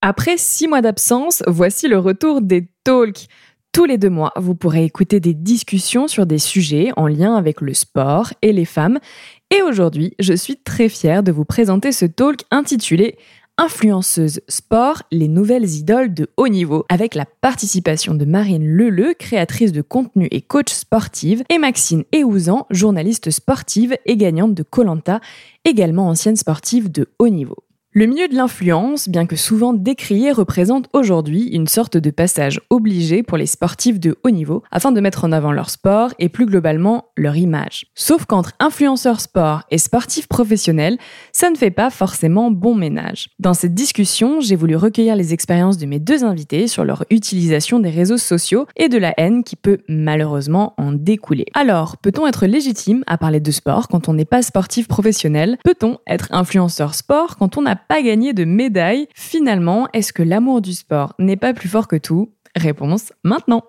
Après 6 mois d'absence, voici le retour des talks. Tous les 2 mois, vous pourrez écouter des discussions sur des sujets en lien avec le sport et les femmes. Et aujourd'hui, je suis très fière de vous présenter ce talk intitulé « Influenceuse sport, les nouvelles idoles de haut niveau » avec la participation de Marine Leleu, créatrice de contenu et coach sportive, et Maxine Eouzan, journaliste sportive et gagnante de Koh-Lanta, également ancienne sportive de haut niveau. Le milieu de l'influence, bien que souvent décrié, représente aujourd'hui une sorte de passage obligé pour les sportifs de haut niveau afin de mettre en avant leur sport et plus globalement leur image. Sauf qu'entre influenceurs sport et sportifs professionnels, ça ne fait pas forcément bon ménage. Dans cette discussion, j'ai voulu recueillir les expériences de mes 2 invités sur leur utilisation des réseaux sociaux et de la haine qui peut malheureusement en découler. Alors, peut-on être légitime à parler de sport quand on n'est pas sportif professionnel ? Peut-on être influenceur sport quand on n'a pas gagné de médaille? Finalement, est-ce que l'amour du sport n'est pas plus fort que tout? Réponse maintenant.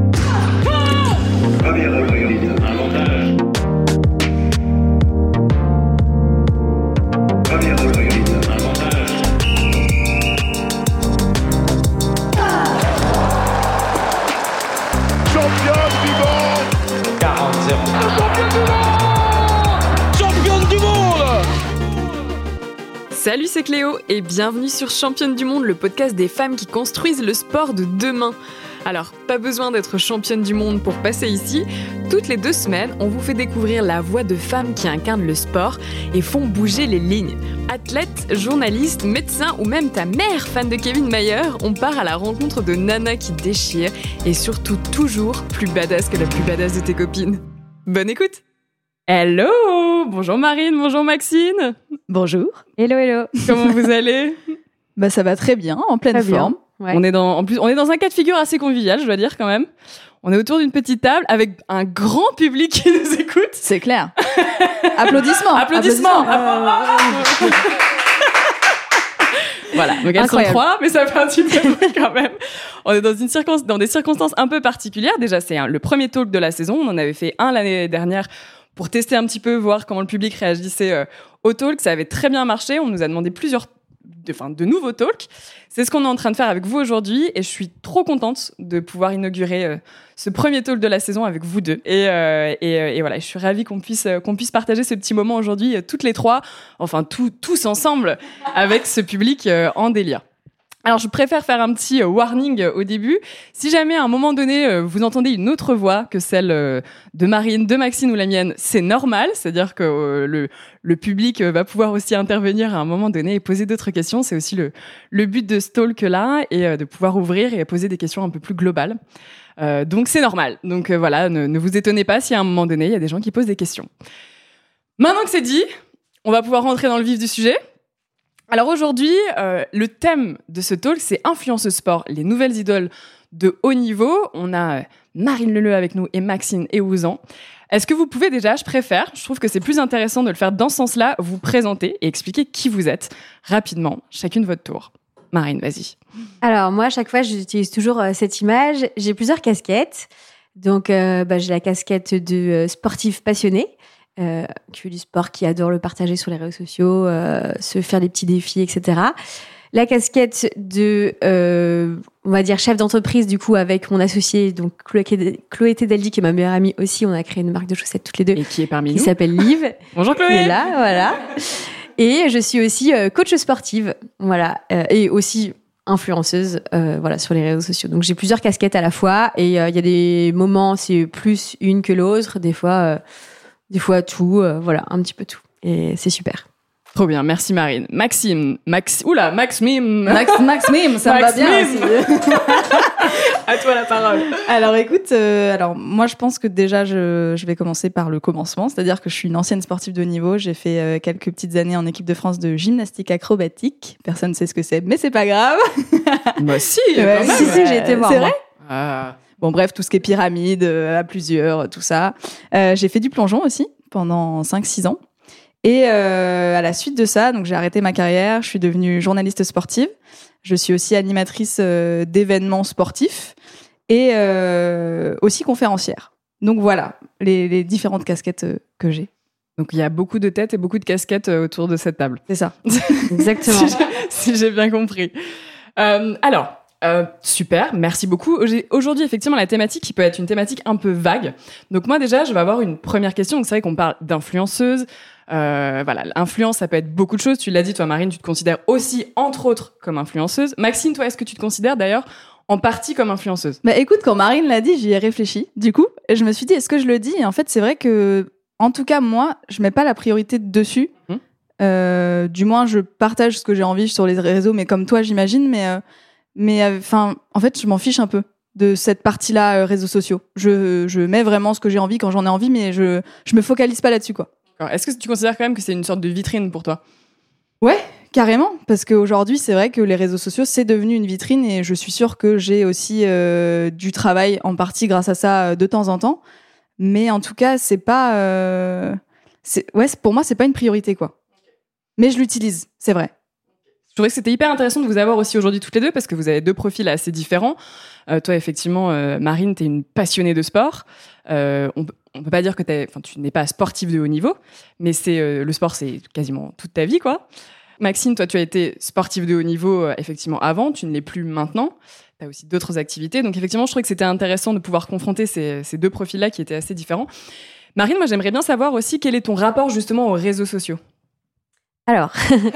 Salut, c'est Cléo et bienvenue sur Championne du Monde, le podcast des femmes qui construisent le sport de demain. Alors, pas besoin d'être championne du monde pour passer ici. Toutes les 2 semaines, on vous fait découvrir la voix de femmes qui incarnent le sport et font bouger les lignes. Athlètes, journalistes, médecins ou même ta mère, fan de Kevin Mayer, on part à la rencontre de nanas qui déchirent et surtout toujours plus badass que la plus badass de tes copines. Bonne écoute! Hello! Bonjour Marine, bonjour Maxine! Bonjour. Hello. Comment vous allez? Bah ça va très bien, en pleine forme. Ouais. On est dans un cas de figure assez convivial, je dois dire quand même. On est autour d'une petite table avec un grand public qui nous écoute. C'est clair. Applaudissements. Voilà, donc elles sont 3, mais ça fait un petit peu de bruit quand même. On est dans des circonstances un peu particulières. Déjà, c'est le premier talk de la saison. On en avait fait un l'année dernière pour tester un petit peu, voir comment le public réagissait au talk. Ça avait très bien marché. On nous a demandé de nouveaux talks. C'est ce qu'on est en train de faire avec vous aujourd'hui et je suis trop contente de pouvoir inaugurer ce premier talk de la saison avec vous deux. Et voilà, je suis ravie qu'on puisse partager ce petit moment aujourd'hui toutes les 3, enfin tous ensemble avec ce public en délire. Alors, je préfère faire un petit warning au début. Si jamais, à un moment donné, vous entendez une autre voix que celle de Marine, de Maxine ou la mienne, c'est normal. C'est-à-dire que le public va pouvoir aussi intervenir à un moment donné et poser d'autres questions. C'est aussi le but de ce talk-là et de pouvoir ouvrir et poser des questions un peu plus globales. Donc, c'est normal. Donc, voilà, ne vous étonnez pas si à un moment donné, il y a des gens qui posent des questions. Maintenant que c'est dit, on va pouvoir rentrer dans le vif du sujet. Alors aujourd'hui, le thème de ce talk, c'est Influenceuse sport, les nouvelles idoles de haut niveau. On a Marine Leleu avec nous et Maxine Eouzan. Est-ce que vous pouvez déjà, je trouve que c'est plus intéressant de le faire dans ce sens-là, vous présenter et expliquer qui vous êtes rapidement, chacune votre tour. Marine, vas-y. Alors moi, à chaque fois, j'utilise toujours cette image. J'ai plusieurs casquettes. Donc, j'ai la casquette de sportive passionnée. Qui fait du sport, qui adore le partager sur les réseaux sociaux, se faire des petits défis, etc. La casquette de, on va dire, chef d'entreprise, du coup, avec mon associé, donc Chloé Tedeldi, qui est ma meilleure amie aussi. On a créé une marque de chaussettes toutes les 2. Et qui est parmi nous. Qui s'appelle Liv. Bonjour Chloé. Qui est là, voilà. Et je suis aussi coach sportive, voilà. Et aussi influenceuse, voilà, sur les réseaux sociaux. Donc, j'ai plusieurs casquettes à la fois. Et il y a des moments, c'est plus une que l'autre. Des fois tout, voilà, un petit peu tout. Et c'est super. Trop bien, merci Marine. Maxime, Max Mime, ça me va bien aussi. À toi la parole. Alors écoute, moi je pense que déjà je vais commencer par le commencement, c'est-à-dire que je suis une ancienne sportive de haut niveau. J'ai fait quelques petites années en équipe de France de gymnastique acrobatique. Personne ne sait ce que c'est, mais c'est pas grave. Bah si, ouais, si, j'ai été voir. C'est vrai. Bon, bref, tout ce qui est pyramide, à plusieurs, tout ça. J'ai fait du plongeon aussi pendant 5-6 ans. Et à la suite de ça, donc j'ai arrêté ma carrière, je suis devenue journaliste sportive. Je suis aussi animatrice d'événements sportifs et aussi conférencière. Donc voilà, les différentes casquettes que j'ai. Donc il y a beaucoup de têtes et beaucoup de casquettes autour de cette table. C'est ça. Exactement. si j'ai bien compris. Super, merci beaucoup. Aujourd'hui, effectivement, la thématique qui peut être une thématique un peu vague. Donc moi, déjà, je vais avoir une première question. Donc c'est vrai qu'on parle d'influenceuse. Voilà, l'influence, ça peut être beaucoup de choses. Tu l'as dit, toi, Marine, tu te considères aussi, entre autres, comme influenceuse. Maxine, toi, est-ce que tu te considères d'ailleurs en partie comme influenceuse? Bah écoute, quand Marine l'a dit, j'y ai réfléchi. Du coup, et je me suis dit, est-ce que je le dis? Et en fait, c'est vrai que, en tout cas, moi, je mets pas la priorité dessus. Du moins, je partage ce que j'ai envie sur les réseaux, mais comme toi, j'imagine. Mais enfin, en fait, je m'en fiche un peu de cette partie-là, réseaux sociaux. Je mets vraiment ce que j'ai envie quand j'en ai envie, mais je me focalise pas là-dessus, quoi. Alors, est-ce que tu considères quand même que c'est une sorte de vitrine pour toi? Ouais, carrément, parce qu'aujourd'hui, c'est vrai que les réseaux sociaux, c'est devenu une vitrine et je suis sûre que j'ai aussi du travail en partie grâce à ça de temps en temps. Mais en tout cas, c'est pas... pour moi, c'est pas une priorité, quoi. Mais je l'utilise, c'est vrai. Je trouvais que c'était hyper intéressant de vous avoir aussi aujourd'hui toutes les deux parce que vous avez deux profils assez différents. Toi, effectivement, Marine, t'es une passionnée de sport. On peut pas dire que tu n'es pas sportive de haut niveau, mais le sport, c'est quasiment toute ta vie, quoi. Maxine, toi, tu as été sportive de haut niveau, effectivement, avant. Tu ne l'es plus maintenant. Tu as aussi d'autres activités. Donc, effectivement, je trouvais que c'était intéressant de pouvoir confronter ces deux profils-là qui étaient assez différents. Marine, moi, j'aimerais bien savoir aussi quel est ton rapport, justement, aux réseaux sociaux. Alors,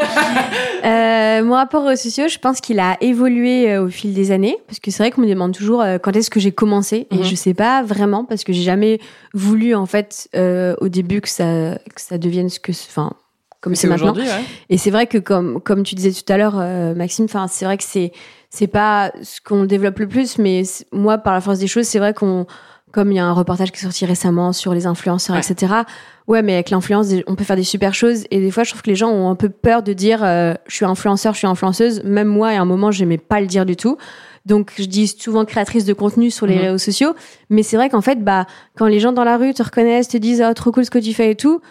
mon rapport aux réseaux sociaux, je pense qu'il a évolué au fil des années, parce que c'est vrai qu'on me demande toujours quand est-ce que j'ai commencé, et je sais pas vraiment, parce que j'ai jamais voulu en fait au début que ça devienne comme c'est maintenant. Ouais. Et c'est vrai que comme tu disais tout à l'heure, Maxime, c'est vrai que c'est pas ce qu'on développe le plus, mais moi, par la force des choses, c'est vrai comme il y a un reportage qui est sorti récemment sur les influenceurs, etc. Ouais, mais avec l'influence, on peut faire des super choses. Et des fois, je trouve que les gens ont un peu peur de dire je suis influenceur, je suis influenceuse. Même moi, à un moment, j'aimais pas le dire du tout. Donc, je dis souvent créatrice de contenu sur les réseaux sociaux. Mais c'est vrai qu'en fait, quand les gens dans la rue te reconnaissent, te disent trop cool ce que tu fais et tout,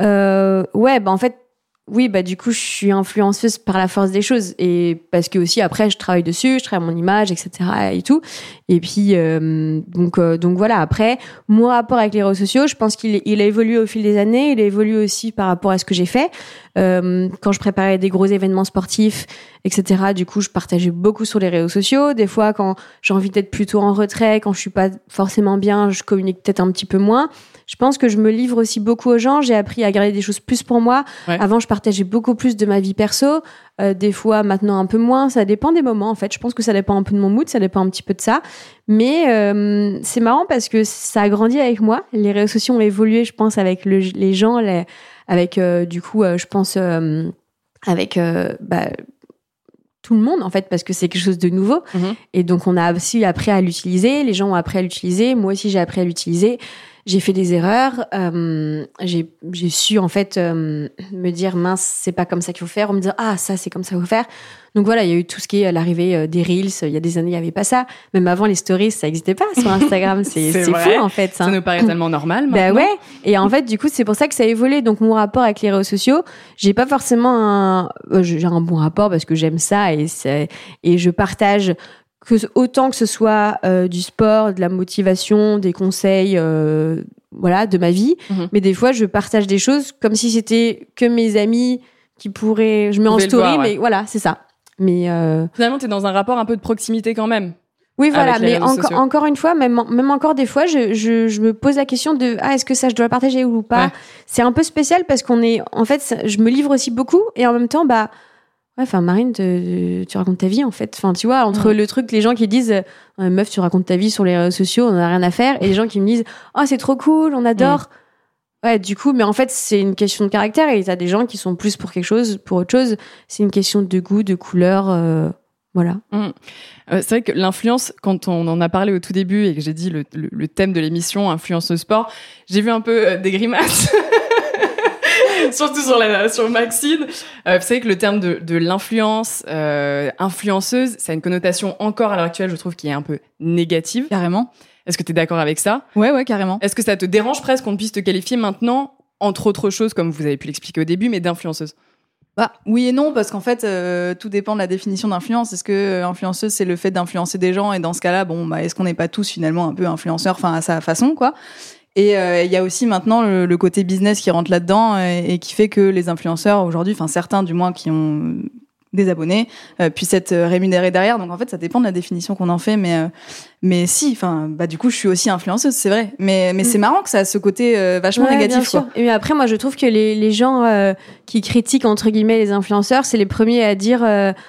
en fait, oui, du coup, je suis influenceuse par la force des choses. Et parce que aussi, après, je travaille dessus, je travaille mon image, etc. et tout. Et puis, donc voilà. Après, mon rapport avec les réseaux sociaux, je pense qu'il a évolué au fil des années. Il a évolué aussi par rapport à ce que j'ai fait. Quand je préparais des gros événements sportifs, etc., du coup, je partageais beaucoup sur les réseaux sociaux. Des fois, quand j'ai envie d'être plutôt en retrait, quand je suis pas forcément bien, je communique peut-être un petit peu moins. Je pense que je me livre aussi beaucoup aux gens. J'ai appris à garder des choses plus pour moi. Ouais. Avant, je partageais beaucoup plus de ma vie perso. Des fois, maintenant, un peu moins. Ça dépend des moments, en fait. Je pense que ça dépend un peu de mon mood. Ça dépend un petit peu de ça. Mais c'est marrant parce que ça a grandi avec moi. Les réseaux sociaux ont évolué, je pense, avec les gens, du coup, je pense, avec tout le monde, en fait, parce que c'est quelque chose de nouveau. Et donc, on a aussi appris à l'utiliser. Les gens ont appris à l'utiliser. Moi aussi, j'ai appris à l'utiliser. J'ai fait des erreurs. J'ai su, en fait, me dire, mince, c'est pas comme ça qu'il faut faire. On me dit, ça, c'est comme ça qu'il faut faire. Donc voilà, il y a eu tout ce qui est l'arrivée des Reels. Il y a des années, il n'y avait pas ça. Même avant, les stories, ça n'existait pas sur Instagram. C'est fou, en fait. Ça nous paraît tellement normal, maintenant. Ouais. Et en fait, du coup, c'est pour ça que ça a évolué. Donc, mon rapport avec les réseaux sociaux, j'ai pas forcément j'ai un bon rapport parce que j'aime ça et je partage autant que ce soit du sport, de la motivation, des conseils, de ma vie. Mais des fois, je partage des choses comme si c'était que mes amis qui pourraient... Je mets en story, mais voilà, c'est ça. Mais finalement, t'es dans un rapport un peu de proximité quand même. Oui, voilà, mais encore une fois, même encore des fois, je me pose la question de est-ce que ça je dois le partager ou pas. Ouais. C'est un peu spécial parce en fait, je me livre aussi beaucoup et en même temps, Marine, tu racontes ta vie en fait. Enfin, tu vois, entre le truc, les gens qui disent meuf, tu racontes ta vie sur les réseaux sociaux, on n'a rien à faire, et les gens qui me disent c'est trop cool, on adore. Ouais, du coup, mais en fait, c'est une question de caractère et t'as des gens qui sont plus pour quelque chose, pour autre chose. C'est une question de goût, de couleur. Voilà. C'est vrai que l'influence, quand on en a parlé au tout début et que j'ai dit le thème de l'émission, influence au sport, j'ai vu un peu des grimaces. Surtout sur Maxine. C'est vrai que le terme de l'influence, influenceuse, ça a une connotation encore à l'heure actuelle, je trouve, qui est un peu négative. Carrément. Est-ce que tu es d'accord avec ça ? Ouais, carrément. Est-ce que ça te dérange presque qu'on puisse te qualifier maintenant, entre autres choses, comme vous avez pu l'expliquer au début, mais d'influenceuse ? Oui et non, parce qu'en fait, tout dépend de la définition d'influence. Est-ce que influenceuse, c'est le fait d'influencer des gens ? Et dans ce cas-là, est-ce qu'on n'est pas tous finalement un peu influenceurs, à sa façon, quoi ? Et il y a aussi maintenant le côté business qui rentre là-dedans et qui fait que les influenceurs aujourd'hui, certains du moins qui ont des abonnés puissent être rémunérés derrière. Donc en fait, ça dépend de la définition qu'on en fait, mais si, enfin, bah du coup, je suis aussi influenceuse, c'est vrai. Mais c'est marrant que ça a ce côté vachement négatif, bien sûr. quoi. Et après, moi, je trouve que les gens qui critiquent entre guillemets les influenceurs, c'est les premiers à dire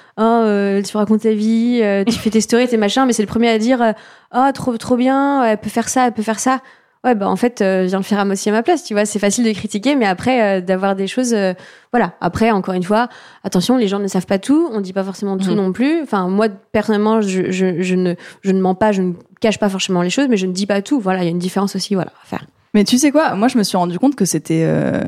tu racontes ta vie, tu fais tes stories, tes machins, mais c'est le premier à dire trop bien, elle peut faire ça, elle peut faire ça. Ouais, bah en fait, viens le faire à moi aussi à ma place, tu vois. C'est facile de critiquer, mais après d'avoir des choses, voilà. Après, encore une fois, attention, les gens ne savent pas tout, on dit pas forcément tout non plus. Enfin, moi personnellement, je ne mens pas, je ne cache pas forcément les choses, mais je ne dis pas tout. Voilà, il y a une différence aussi, voilà, à faire. Mais tu sais quoi, moi je me suis rendu compte que c'était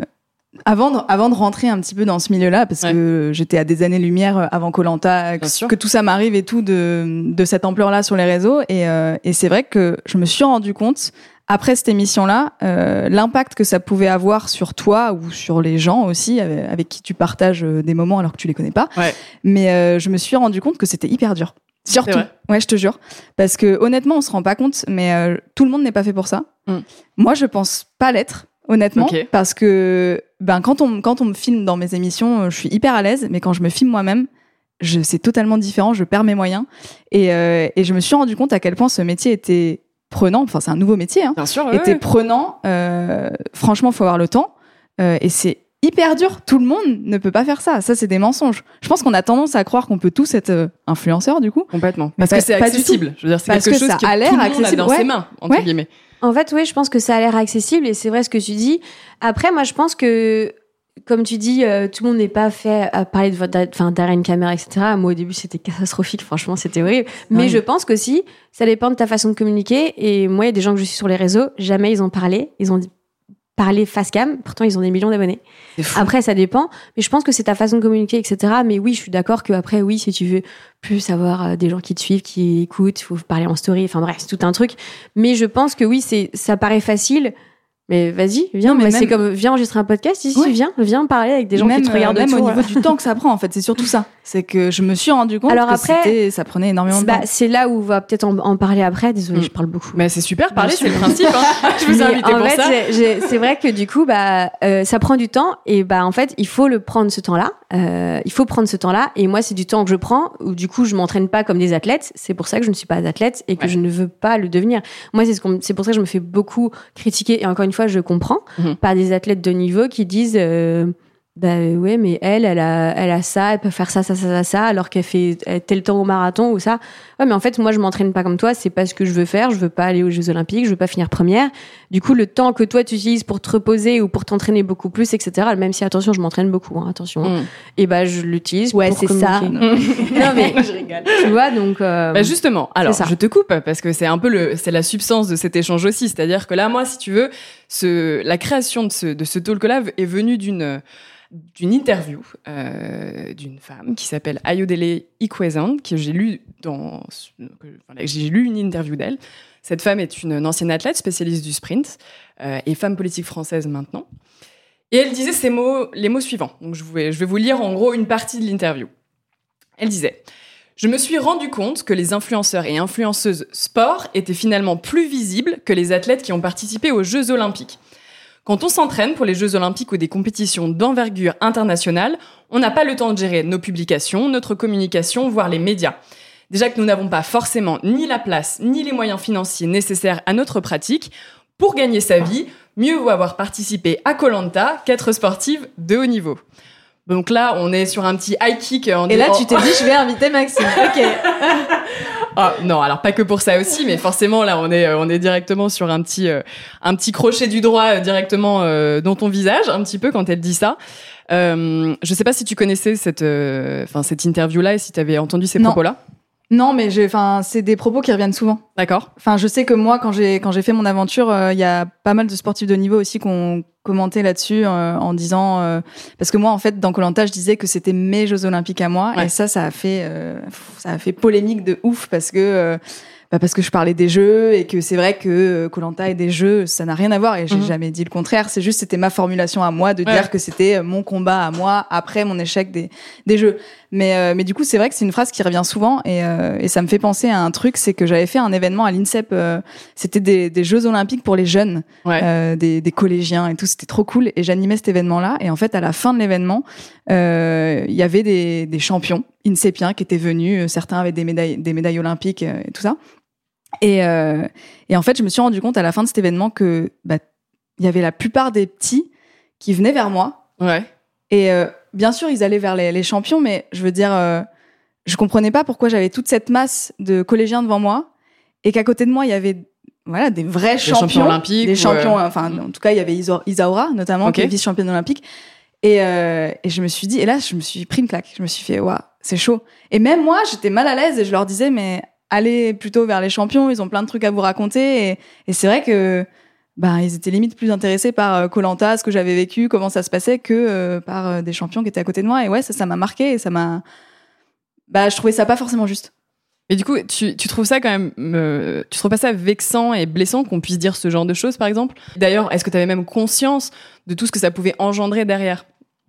avant de rentrer un petit peu dans ce milieu-là, parce que j'étais à des années-lumière avant Koh-Lanta, que tout ça m'arrive et tout de cette ampleur-là sur les réseaux, et c'est vrai que je me suis rendu compte après cette émission-là, l'impact que ça pouvait avoir sur toi ou sur les gens aussi avec qui tu partages des moments alors que tu les connais pas. Ouais. Mais je me suis rendu compte que c'était hyper dur. Surtout. Ouais, je te jure. Parce que honnêtement, on se rend pas compte, mais tout le monde n'est pas fait pour ça. Moi, je pense pas l'être. Honnêtement, parce que quand on me filme dans mes émissions, je suis hyper à l'aise, mais quand je me filme moi-même, c'est totalement différent, je perds mes moyens. Et je me suis rendu compte à quel point ce métier était prenant, enfin c'est un nouveau métier, bien sûr, était prenant. Franchement, faut avoir le temps. Et c'est hyper dur. Tout le monde ne peut pas faire ça. Ça, c'est des mensonges. Je pense qu'on a tendance à croire qu'on peut tous être influenceurs, du coup. Complètement. Parce que c'est accessible. Je veux dire, c'est quelque chose que a l'air tout le monde accessible a dans ses mains, entre guillemets. En fait, oui, je pense que ça a l'air accessible et c'est vrai ce que tu dis. Après, moi, je pense que, comme tu dis, tout le monde n'est pas fait à parler derrière une caméra, etc. Moi, au début, c'était catastrophique. Franchement, c'était horrible. Mais je pense qu'aussi, ça dépend de ta façon de communiquer. Et moi, il y a des gens que je suis sur les réseaux, jamais ils ont parlé. Ils ont parlé face cam. Pourtant, ils ont des millions d'abonnés. Après, ça dépend. Mais je pense que c'est ta façon de communiquer, etc. Mais oui, je suis d'accord qu'après, oui, si tu veux plus avoir des gens qui te suivent, qui écoutent, il faut parler en story. Enfin bref, c'est tout un truc. Mais je pense que oui, ça paraît facile. Mais vas-y, viens. C'est comme, viens enregistrer un podcast ici, viens parler avec des gens qui te regardent même autour. Au niveau du temps que ça prend, en fait, c'est surtout ça. C'est que je me suis rendu compte que ça prenait énormément de temps. C'est là où on va peut-être en parler après. Désolée, je parle beaucoup. Mais c'est super, parler, c'est le principe. Je vous ai invité pour ça. C'est vrai que du coup, ça prend du temps et en fait, il faut le prendre ce temps-là. Il faut prendre ce temps-là. Et moi, c'est du temps que je prends où du coup, je m'entraîne pas comme des athlètes. C'est pour ça que je ne suis pas athlète et que je ne veux pas le devenir. Moi, c'est pour ça que je me fais beaucoup critiquer. Et encore une fois, je comprends par des athlètes de niveau qui disent ouais, mais elle a ça, elle peut faire ça, alors qu'elle fait tel temps au marathon ou ça. Ouais, mais en fait, moi, je m'entraîne pas comme toi, c'est pas ce que je veux faire, je veux pas aller aux Jeux Olympiques, je veux pas finir première. Du coup, le temps que toi, tu utilises pour te reposer ou pour t'entraîner beaucoup plus, etc., même si, attention, je m'entraîne beaucoup, attention. Et je l'utilise pour c'est communiquer. ça. Non, mais, je rigole. Tu vois, donc, justement, alors, je te coupe, parce que c'est un peu c'est la substance de cet échange aussi. C'est-à-dire que là, moi, si tu veux, la création de ce talk-là est venue d'une interview d'une femme qui s'appelle Ayodele Ikwezan, que j'ai lu j'ai lu une interview d'elle. Cette femme est une ancienne athlète spécialiste du sprint et femme politique française maintenant. Et elle disait les mots suivants. Donc je vais vous lire en gros une partie de l'interview. Elle disait: je me suis rendu compte que les influenceurs et influenceuses sport étaient finalement plus visibles que les athlètes qui ont participé aux Jeux Olympiques. Quand on s'entraîne pour les Jeux Olympiques ou des compétitions d'envergure internationale, on n'a pas le temps de gérer nos publications, notre communication, voire les médias. Déjà que nous n'avons pas forcément ni la place, ni les moyens financiers nécessaires à notre pratique. Pour gagner sa vie, mieux vaut avoir participé à Koh-Lanta qu'être sportive de haut niveau. Donc là, on est sur un petit high kick. Et là, tu t'es dit, je vais inviter Maxime. Ok. Non, alors pas que pour ça aussi, mais forcément là, on est directement sur un petit crochet du droit directement dans ton visage, un petit peu quand elle dit ça. Je sais pas si tu connaissais cette interview-là et si tu avais entendu ces propos-là. Non, mais c'est des propos qui reviennent souvent. D'accord. Enfin, je sais que moi, quand j'ai fait mon aventure, il y a pas mal de sportifs de niveau aussi qui ont commenté là-dessus en disant parce que moi, en fait, dans Koh-Lanta, je disais que c'était mes Jeux Olympiques à moi, et ça a fait polémique de ouf parce que parce que je parlais des jeux et que c'est vrai que Koh-Lanta et des jeux, ça n'a rien à voir et j'ai jamais dit le contraire. C'est juste, c'était ma formulation à moi de dire que c'était mon combat à moi après mon échec des jeux. Mais du coup, c'est vrai que c'est une phrase qui revient souvent et ça me fait penser à un truc, c'est que j'avais fait un événement à l'INSEP, c'était des Jeux Olympiques pour les jeunes, des collégiens et tout, c'était trop cool et j'animais cet événement-là et en fait, à la fin de l'événement, il y avait des champions INSEPiens qui étaient venus, certains avaient des médailles olympiques et tout ça. Et en fait, je me suis rendu compte à la fin de cet événement que il y avait la plupart des petits qui venaient vers moi. Ouais. Et bien sûr, ils allaient vers les champions, mais je veux dire, je comprenais pas pourquoi j'avais toute cette masse de collégiens devant moi et qu'à côté de moi, il y avait des vrais champions olympiques, des champions. Enfin, en tout cas, il y avait Isaura notamment, qui est vice-championne olympique. Et je me suis dit, et là, je me suis pris une claque. Je me suis fait, waouh, c'est chaud. Et même moi, j'étais mal à l'aise et je leur disais, mais allez plutôt vers les champions, ils ont plein de trucs à vous raconter. Et c'est vrai que ils étaient limite plus intéressés par Koh-Lanta, ce que j'avais vécu, comment ça se passait, que par des champions qui étaient à côté de moi. Et ouais, ça m'a marqué et ça m'a... je trouvais ça pas forcément juste. Mais du coup, tu trouves ça quand même... tu trouves pas ça vexant et blessant qu'on puisse dire ce genre de choses, par exemple ? D'ailleurs, est-ce que tu avais même conscience de tout ce que ça pouvait engendrer derrière ?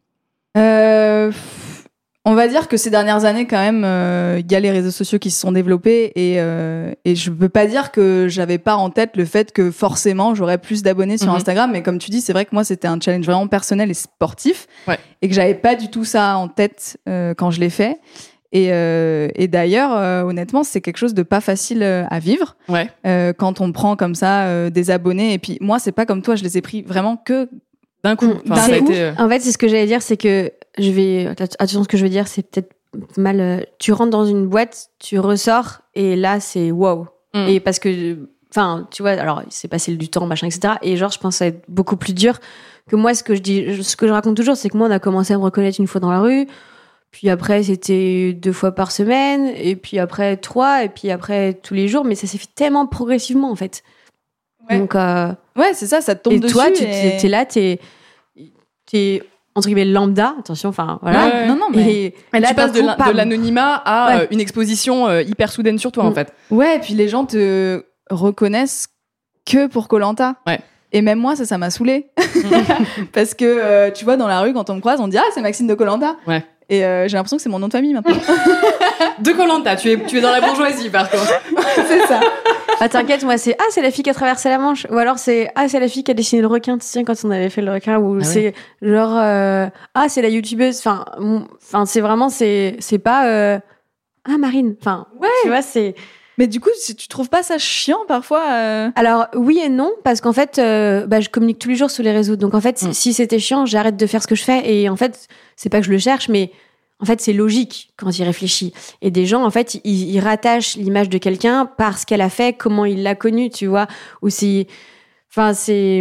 On va dire que ces dernières années, quand même, il y a les réseaux sociaux qui se sont développés et je peux pas dire que j'avais pas en tête le fait que forcément j'aurais plus d'abonnés sur Instagram. Mais comme tu dis, c'est vrai que moi, c'était un challenge vraiment personnel et sportif et que j'avais pas du tout ça en tête quand je l'ai fait. Et d'ailleurs, honnêtement, c'est quelque chose de pas facile à vivre quand on prend comme ça des abonnés. Et puis moi, c'est pas comme toi, je les ai pris vraiment que d'un coup. En fait, c'est ce que j'allais dire, c'est que attention, ce que je veux dire, c'est peut-être mal. Tu rentres dans une boîte, tu ressors, et là, c'est wow. Et parce que, enfin, tu vois, alors, c'est passé du temps, machin, etc. Et genre, je pense que ça va être beaucoup plus dur que moi. Ce que je raconte toujours, c'est que moi, on a commencé à me reconnaître une fois dans la rue. Puis après, c'était 2 fois par semaine. Et puis après, 3. Et puis après, tous les jours. Mais ça s'est fait tellement progressivement, en fait. Ouais. Donc, ouais, c'est ça, ça te tombe et dessus. Toi, t'es là, t'es entre guillemets lambda, attention, enfin voilà. Ouais. Non, mais et là, tu passes de l'anonymat à une exposition hyper soudaine sur toi, en fait. Ouais, et puis les gens te reconnaissent que pour Koh-Lanta. Ouais. Et même moi, ça m'a saoulée. Parce que, tu vois, dans la rue, quand on me croise, on dit « Ah, c'est Maxine de Koh-Lanta ». Ouais. Et j'ai l'impression que c'est mon nom de famille, maintenant. De Koh-Lanta, tu es dans la bourgeoisie, par contre. C'est ça. Ah, t'inquiète, moi, c'est c'est la fille qui a traversé la Manche. Ou alors, c'est la fille qui a dessiné le requin, tu sais, quand on avait fait le requin. Ou c'est genre, c'est la youtubeuse. Enfin, c'est vraiment, c'est pas, Marine. Enfin, tu vois, c'est... Mais du coup, tu trouves pas ça chiant parfois Alors, oui et non, parce qu'en fait, je communique tous les jours sur les réseaux. Donc, en fait, si c'était chiant, j'arrête de faire ce que je fais. Et en fait, c'est pas que je le cherche, mais en fait, c'est logique quand j'y réfléchis. Et des gens, en fait, ils rattachent l'image de quelqu'un par ce qu'elle a fait, comment il l'a connue, tu vois. Ou si... Enfin, c'est...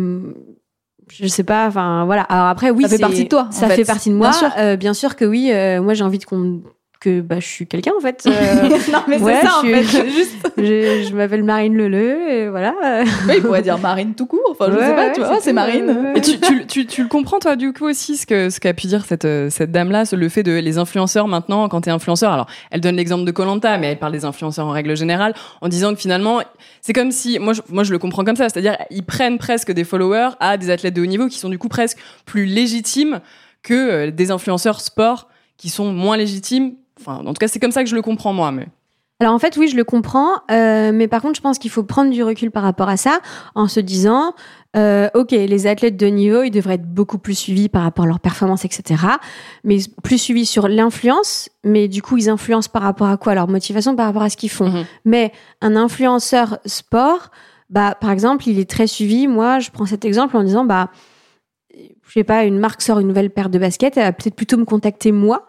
Je sais pas, enfin, voilà. Alors après, oui, ça fait partie de toi. Ça fait partie de moi. Bien sûr que oui. Moi, j'ai envie que je suis quelqu'un, en fait. Non, mais c'est ça, en fait. Juste... je m'appelle Marine Leleu, et voilà. Oui, il pourrait dire Marine tout court. Enfin, je sais pas, tu vois, c'est Marine. Et tu le comprends, toi, du coup, aussi, ce qu'a pu dire cette dame-là, le fait de les influenceurs maintenant, quand t'es influenceur. Alors, elle donne l'exemple de Koh-Lanta, mais elle parle des influenceurs en règle générale, en disant que finalement, c'est comme si, moi, je le comprends comme ça, c'est-à-dire, ils prennent presque des followers à des athlètes de haut niveau qui sont du coup presque plus légitimes que des influenceurs sport qui sont moins légitimes. Enfin, en tout cas, c'est comme ça que je le comprends, moi. Mais... Alors, en fait, oui, je le comprends. Mais par contre, je pense qu'il faut prendre du recul par rapport à ça en se disant, OK, les athlètes de niveau, ils devraient être beaucoup plus suivis par rapport à leur performance, etc. Mais plus suivis sur l'influence. Mais du coup, ils influencent par rapport à quoi ? Leur motivation par rapport à ce qu'ils font. Mais un influenceur sport, par exemple, il est très suivi. Moi, je prends cet exemple en disant, je sais pas, une marque sort une nouvelle paire de baskets, elle va peut-être plutôt me contacter moi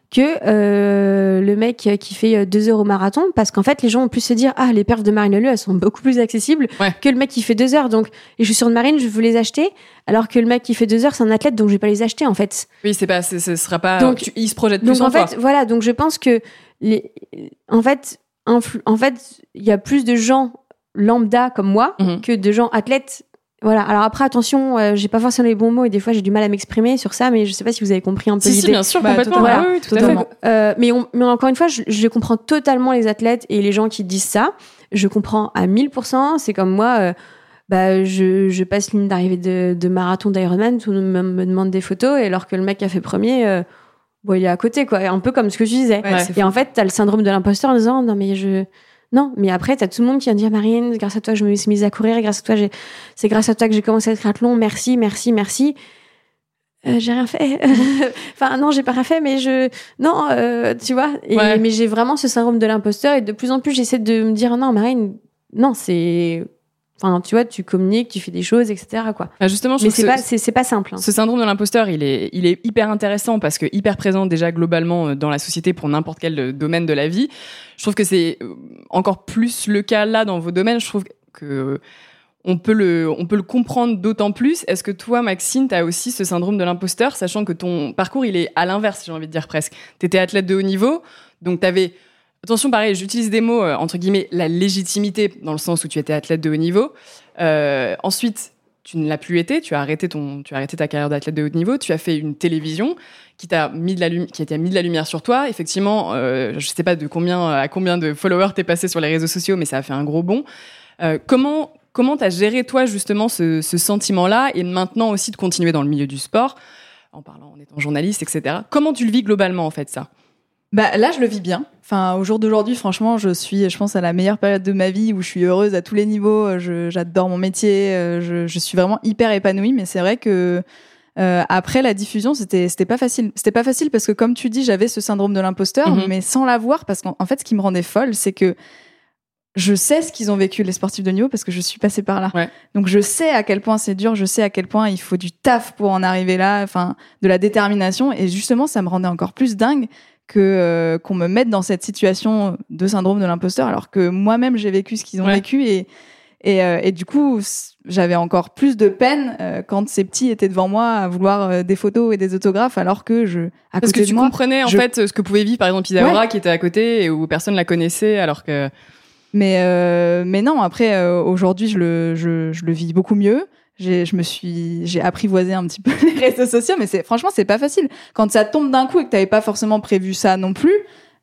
que le mec qui fait 2 heures au marathon, parce qu'en fait les gens vont plus se dire les perfs de Marine Leleu, elles sont beaucoup plus accessibles que le mec qui fait 2 heures. Donc les chaussures de Marine, je veux les acheter, alors que le mec qui fait 2 heures, c'est un athlète, donc je vais pas les acheter, en fait. Oui, ce sera pas. Donc il se projette plus en toi. fait, voilà. Donc je pense que en fait, il y a plus de gens lambda comme moi que de gens athlètes Voilà. Alors après, attention, j'ai pas forcément les bons mots et des fois j'ai du mal à m'exprimer sur ça, mais je sais pas si vous avez compris un peu l'idée. Si, bien sûr, complètement. Totalement. Oui, tout à fait. Mais encore une fois, je comprends totalement les athlètes et les gens qui disent ça. Je comprends à 1000%. C'est comme moi, je passe l'une d'arrivée de marathon d'Ironman, tout le monde me demande des photos, et alors que le mec qui a fait premier, il est à côté, quoi. Un peu comme ce que je disais. Ouais, et en fait, t'as le syndrome de l'imposteur en disant, non, mais après, t'as tout le monde qui vient dire, Marine, grâce à toi, je me suis mise à courir, et c'est grâce à toi que j'ai commencé à triathlon, merci. J'ai rien fait. Enfin, non, j'ai pas rien fait, mais tu vois. Mais j'ai vraiment ce syndrome de l'imposteur, et de plus en plus, j'essaie de me dire, non, Marine, non, enfin, tu vois, tu communiques, tu fais des choses, etc., quoi. Justement, mais c'est pas simple. Hein. Ce syndrome de l'imposteur, il est hyper intéressant parce que hyper présent déjà globalement dans la société pour n'importe quel domaine de la vie. Je trouve que c'est encore plus le cas là dans vos domaines. Je trouve que on peut le comprendre d'autant plus. Est-ce que toi, Maxine, t'as aussi ce syndrome de l'imposteur, sachant que ton parcours, il est à l'inverse, j'ai envie de dire presque. T'étais athlète de haut niveau, donc t'avais... Attention, pareil, j'utilise des mots, entre guillemets, la légitimité, dans le sens où tu étais athlète de haut niveau. Ensuite, tu ne l'as plus été, tu as arrêté ta carrière d'athlète de haut niveau, tu as fait une télévision qui a mis de la lumière sur toi. Effectivement, je ne sais pas à combien de followers t'es passé sur les réseaux sociaux, mais ça a fait un gros bond. Comment t'as géré, toi, justement, ce sentiment-là, et maintenant aussi de continuer dans le milieu du sport, en étant journaliste, etc. Comment tu le vis globalement, en fait, ça ? Là, je le vis bien. Enfin, au jour d'aujourd'hui, franchement, je pense, à la meilleure période de ma vie où je suis heureuse à tous les niveaux. J'adore mon métier. Je suis vraiment hyper épanouie. Mais c'est vrai que après la diffusion, c'était pas facile. C'était pas facile parce que, comme tu dis, j'avais ce syndrome de l'imposteur, mais sans l'avoir, parce qu'en fait, ce qui me rendait folle, c'est que je sais ce qu'ils ont vécu, les sportifs de niveau, parce que je suis passée par là. Ouais. Donc, je sais à quel point c'est dur. Je sais à quel point il faut du taf pour en arriver là. Enfin, de la détermination. Et justement, ça me rendait encore plus dingue qu'on me mette dans cette situation de syndrome de l'imposteur, alors que moi-même j'ai vécu ce qu'ils ont vécu, et du coup j'avais encore plus de peine quand ces petits étaient devant moi à vouloir des photos et des autographes, alors que parce que tu comprenais en fait ce que pouvait vivre par exemple Isaura qui était à côté et où personne la connaissait, alors que mais non, après aujourd'hui je le vis beaucoup mieux. J'ai apprivoisé un petit peu les réseaux sociaux, mais franchement, c'est pas facile. Quand ça tombe d'un coup et que t'avais pas forcément prévu ça non plus,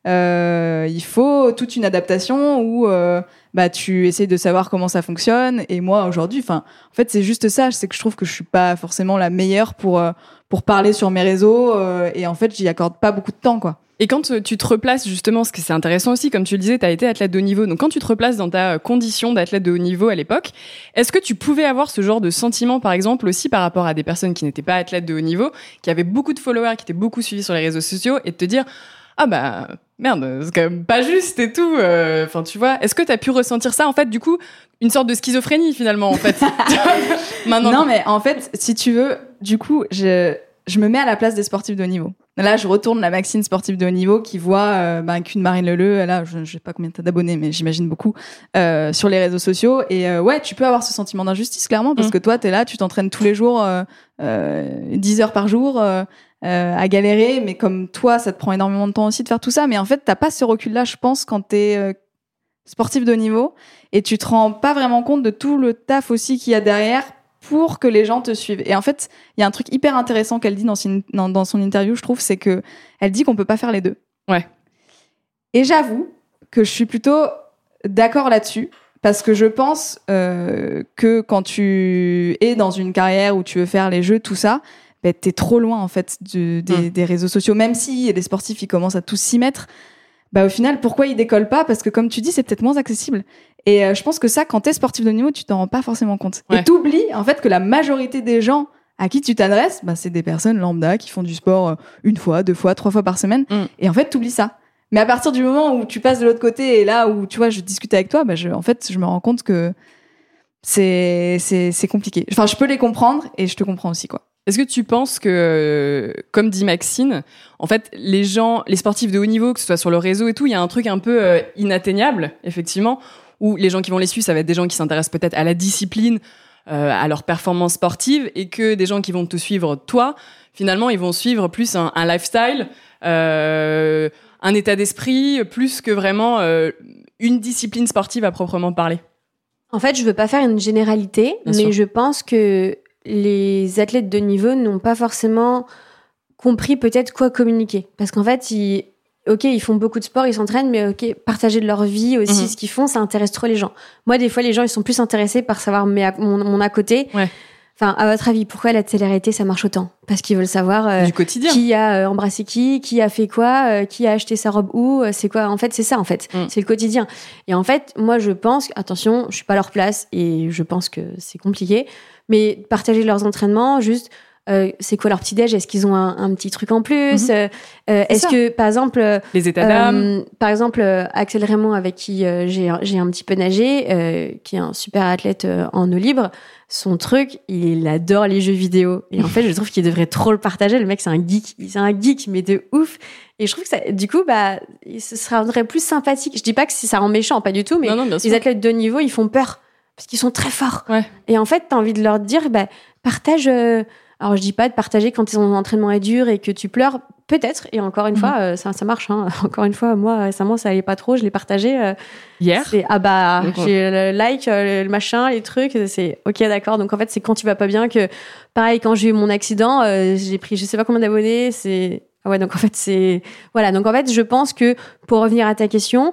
il faut toute une adaptation où tu essayes de savoir comment ça fonctionne. Et moi, aujourd'hui, en fait, c'est juste ça. C'est que je trouve que je suis pas forcément la meilleure pour parler sur mes réseaux, et en fait, j'y accorde pas beaucoup de temps, quoi. Et quand tu te replaces, justement, ce que c'est intéressant aussi, comme tu le disais, tu as été athlète de haut niveau. Donc, quand tu te replaces dans ta condition d'athlète de haut niveau à l'époque, est-ce que tu pouvais avoir ce genre de sentiment, par exemple, aussi par rapport à des personnes qui n'étaient pas athlètes de haut niveau, qui avaient beaucoup de followers, qui étaient beaucoup suivis sur les réseaux sociaux, et de te dire « Ah bah, merde, c'est quand même pas juste et tout. » Enfin, tu vois, est-ce que tu as pu ressentir ça, en fait, du coup, une sorte de schizophrénie, finalement, en fait? Maintenant. Non, mais en fait, si tu veux, du coup, je me mets à la place des sportifs de haut niveau. Là, je retourne la Maxine sportive de haut niveau qui voit qu'une Marine Leleu, là, je sais pas combien t'as d'abonnés, mais j'imagine beaucoup, sur les réseaux sociaux. Et tu peux avoir ce sentiment d'injustice, clairement, parce que toi, t'es là, tu t'entraînes tous les jours, 10 heures par jour, à galérer, mais comme toi, ça te prend énormément de temps aussi de faire tout ça. Mais en fait, t'as pas ce recul-là, je pense, quand t'es sportif de haut niveau, et tu te rends pas vraiment compte de tout le taf aussi qu'il y a derrière pour que les gens te suivent. Et en fait, il y a un truc hyper intéressant qu'elle dit dans son interview, je trouve, c'est que elle dit qu'on peut pas faire les deux. Ouais. Et j'avoue que je suis plutôt d'accord là-dessus, parce que je pense que quand tu es dans une carrière où tu veux faire les jeux, tout ça, t'es trop loin en fait des réseaux sociaux. Même si les sportifs ils commencent à tous s'y mettre, au final, pourquoi ils décollent pas? Parce que comme tu dis, c'est peut-être moins accessible. Et je pense que ça, quand t'es sportif de niveau, tu t'en rends pas forcément compte. Ouais. Et t'oublies en fait que la majorité des gens à qui tu t'adresses, c'est des personnes lambda qui font du sport 1 fois, 2 fois, 3 fois par semaine. Et en fait, t'oublies ça. Mais à partir du moment où tu passes de l'autre côté et là où tu vois, je discute avec toi, je me rends compte que c'est compliqué. Enfin, je peux les comprendre et je te comprends aussi, quoi. Est-ce que tu penses que, comme dit Maxine, en fait, les sportifs de haut niveau, que ce soit sur le réseau et tout, il y a un truc un peu inatteignable, effectivement, où les gens qui vont les suivre, ça va être des gens qui s'intéressent peut-être à la discipline, à leur performance sportive, et que des gens qui vont te suivre, toi, finalement, ils vont suivre plus un lifestyle, un état d'esprit, plus que vraiment une discipline sportive à proprement parler. En fait, je veux pas faire une généralité, Bien mais sûr. je pense que les athlètes de niveau n'ont pas forcément compris peut-être quoi communiquer. Parce qu'en fait, ils font beaucoup de sport, ils s'entraînent, mais partager de leur vie aussi, ce qu'ils font, ça intéresse trop les gens. Moi, des fois, les gens, ils sont plus intéressés par savoir mon à côté. Ouais. Enfin, à votre avis, pourquoi la télé-réalité, ça marche autant? Parce qu'ils veulent savoir Du quotidien. qui a embrassé qui a fait quoi, qui a acheté sa robe où, c'est quoi. En fait, c'est ça, en fait. C'est le quotidien. Et en fait, moi, je pense, attention, je suis pas à leur place et je pense que c'est compliqué, mais partager leurs entraînements, juste, c'est quoi leur petit-déj? Est-ce qu'ils ont un petit truc en plus? Est-ce que, par exemple... Les états d'âme. Par exemple, Axel Raymond, avec qui j'ai un petit peu nagé, qui est un super athlète en eau libre, son truc, il adore les jeux vidéo. Et en fait, je trouve qu'il devrait trop le partager. Le mec, c'est un geek, mais de ouf. Et je trouve que ça, du coup, ce serait plus sympathique. Je dis pas que ça rend méchant, pas du tout, mais Non, bien sûr. les athlètes de haut niveau, ils font peur. Parce qu'ils sont très forts. Ouais. Et en fait, t'as envie de leur dire, partage... alors, je dis pas de partager quand ton entraînement est dur et que tu pleures, peut-être. Et encore une fois, ça marche. Hein. Encore une fois, moi, récemment, ça allait pas trop. Je l'ai partagé. Hier. J'ai le like, le machin, les trucs. C'est ok, d'accord. Donc, en fait, c'est quand tu vas pas bien que, pareil, quand j'ai eu mon accident, j'ai pris je sais pas combien d'abonnés. Ah ouais, donc en fait, voilà. Donc, en fait, je pense que pour revenir à ta question,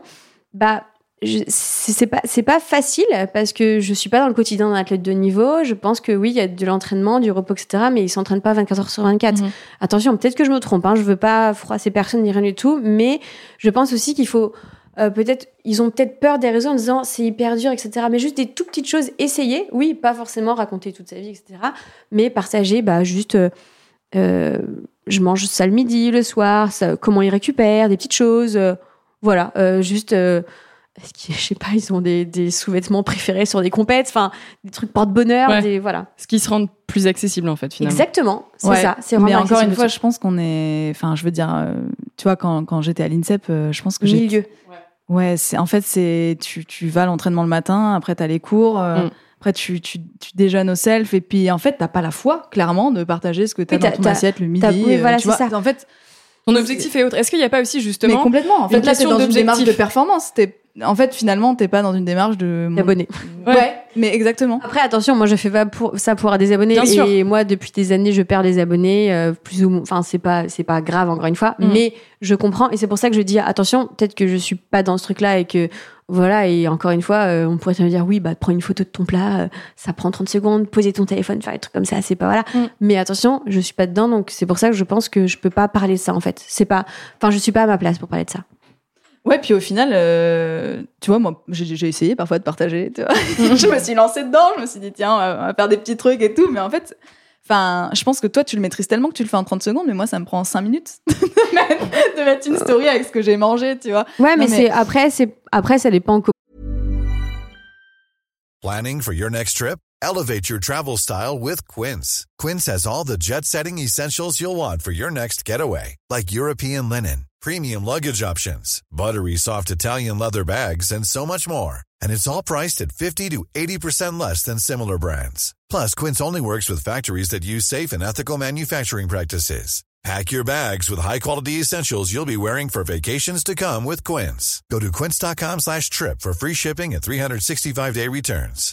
c'est pas facile parce que je suis pas dans le quotidien d'un athlète de niveau. Je pense que oui, il y a de l'entraînement, du repos, etc. Mais ils s'entraînent pas 24 heures sur 24. Attention, peut-être que je me trompe. Je veux pas froisser personne ni rien du tout. Mais je pense aussi qu'il faut ils ont peut-être peur des réseaux en disant c'est hyper dur, etc. Mais juste des tout petites choses, essayer. Oui, pas forcément raconter toute sa vie, etc. Mais partager, juste je mange ça le midi, le soir, comment ils récupèrent, des petites choses. Voilà, juste... je sais pas, ils ont des sous-vêtements préférés sur des compètes, enfin, des trucs porte-bonheur, voilà. Ce qui se rend plus accessible, en fait, finalement. Exactement, c'est ça. C'est vraiment mais encore une accessible. fois, je pense qu'on est... Enfin, je veux dire, tu vois, quand j'étais à l'INSEP, je pense que j'ai... Milieu. Ouais, tu vas à l'entraînement le matin, après t'as les cours... Après, tu déjeunes au self, et puis en fait, t'as pas la foi, clairement, de partager ce que t'as dans ton assiette le midi. Oui, voilà, tu vois. ça. En fait, ton objectif est autre. Est-ce qu'il n'y a pas aussi, justement... Mais complètement. En fait, là, t'es dans une démarche de d'objectif. performance. En fait, finalement, t'es pas dans une démarche d'abonnés. Ouais, mais exactement. Après, attention, moi, je fais pas ça pour avoir des abonnés. Bien sûr. Et moi, depuis des années, je perds des abonnés, plus ou moins. Enfin, c'est pas grave, encore une fois. Mais je comprends. Et c'est pour ça que je dis, attention, peut-être que je suis pas dans ce truc-là et que, voilà. Et encore une fois, on pourrait te dire, oui, prends une photo de ton plat, ça prend 30 secondes, poser ton téléphone, faire des trucs comme ça, c'est pas, voilà. Mais attention, je suis pas dedans. Donc, c'est pour ça que je pense que je peux pas parler de ça, en fait. Je suis pas à ma place pour parler de ça. Ouais, puis au final, tu vois, moi, j'ai essayé parfois de partager, tu vois. Je me suis lancée dedans, je me suis dit, tiens, on va faire des petits trucs et tout, mais en fait, je pense que toi, tu le maîtrises tellement que tu le fais en 30 secondes, mais moi, ça me prend 5 minutes de mettre une story avec ce que j'ai mangé, tu vois. Ouais, mais après, ça dépend. Planning for your next trip? Elevate your travel style with Quince. Quince has all the jet-setting essentials you'll want for your next getaway, like European linen, premium luggage options, buttery soft Italian leather bags, and so much more. And it's all priced at 50 to 80% less than similar brands. Plus, Quince only works with factories that use safe and ethical manufacturing practices. Pack your bags with high-quality essentials you'll be wearing for vacations to come with Quince. Go to quince.com/trip for free shipping and 365-day returns.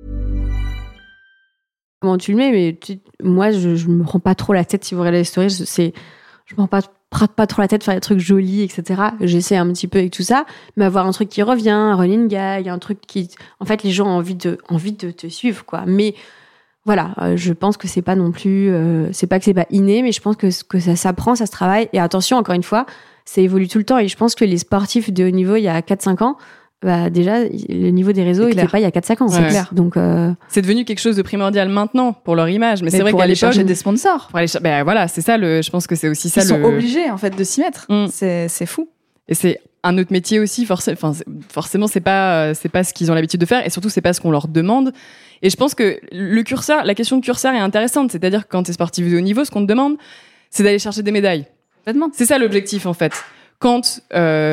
Comment tu le mets, mais moi, je me prends pas trop la tête si vous regardez les stories. Je me prends pas trop la tête faire des trucs jolis, etc. J'essaie un petit peu avec tout ça, mais avoir un truc qui revient, un running gag, un truc qui... En fait, les gens ont envie de te suivre, quoi. Mais voilà, je pense que c'est pas non plus... c'est pas que c'est pas inné, mais je pense que ça s'apprend, ça se travaille. Et attention, encore une fois, ça évolue tout le temps. Et je pense que les sportifs de haut niveau, il y a 4-5 ans, déjà, le niveau des réseaux, il n'était pas il y a 4-5 ans, c'est clair. Donc, c'est devenu quelque chose de primordial maintenant pour leur image. Mais c'est vrai pour qu'à aller l'époque, chercher des sponsors. Voilà, c'est ça, je pense que c'est aussi ça. Ils sont obligés, en fait, de s'y mettre. C'est fou. Et c'est un autre métier aussi, forcément, c'est pas ce qu'ils ont l'habitude de faire, et surtout, c'est pas ce qu'on leur demande. Et je pense que la question de curseur est intéressante. C'est-à-dire que quand t'es sportif de haut niveau, ce qu'on te demande, c'est d'aller chercher des médailles. Complètement. C'est ça l'objectif, en fait. Quand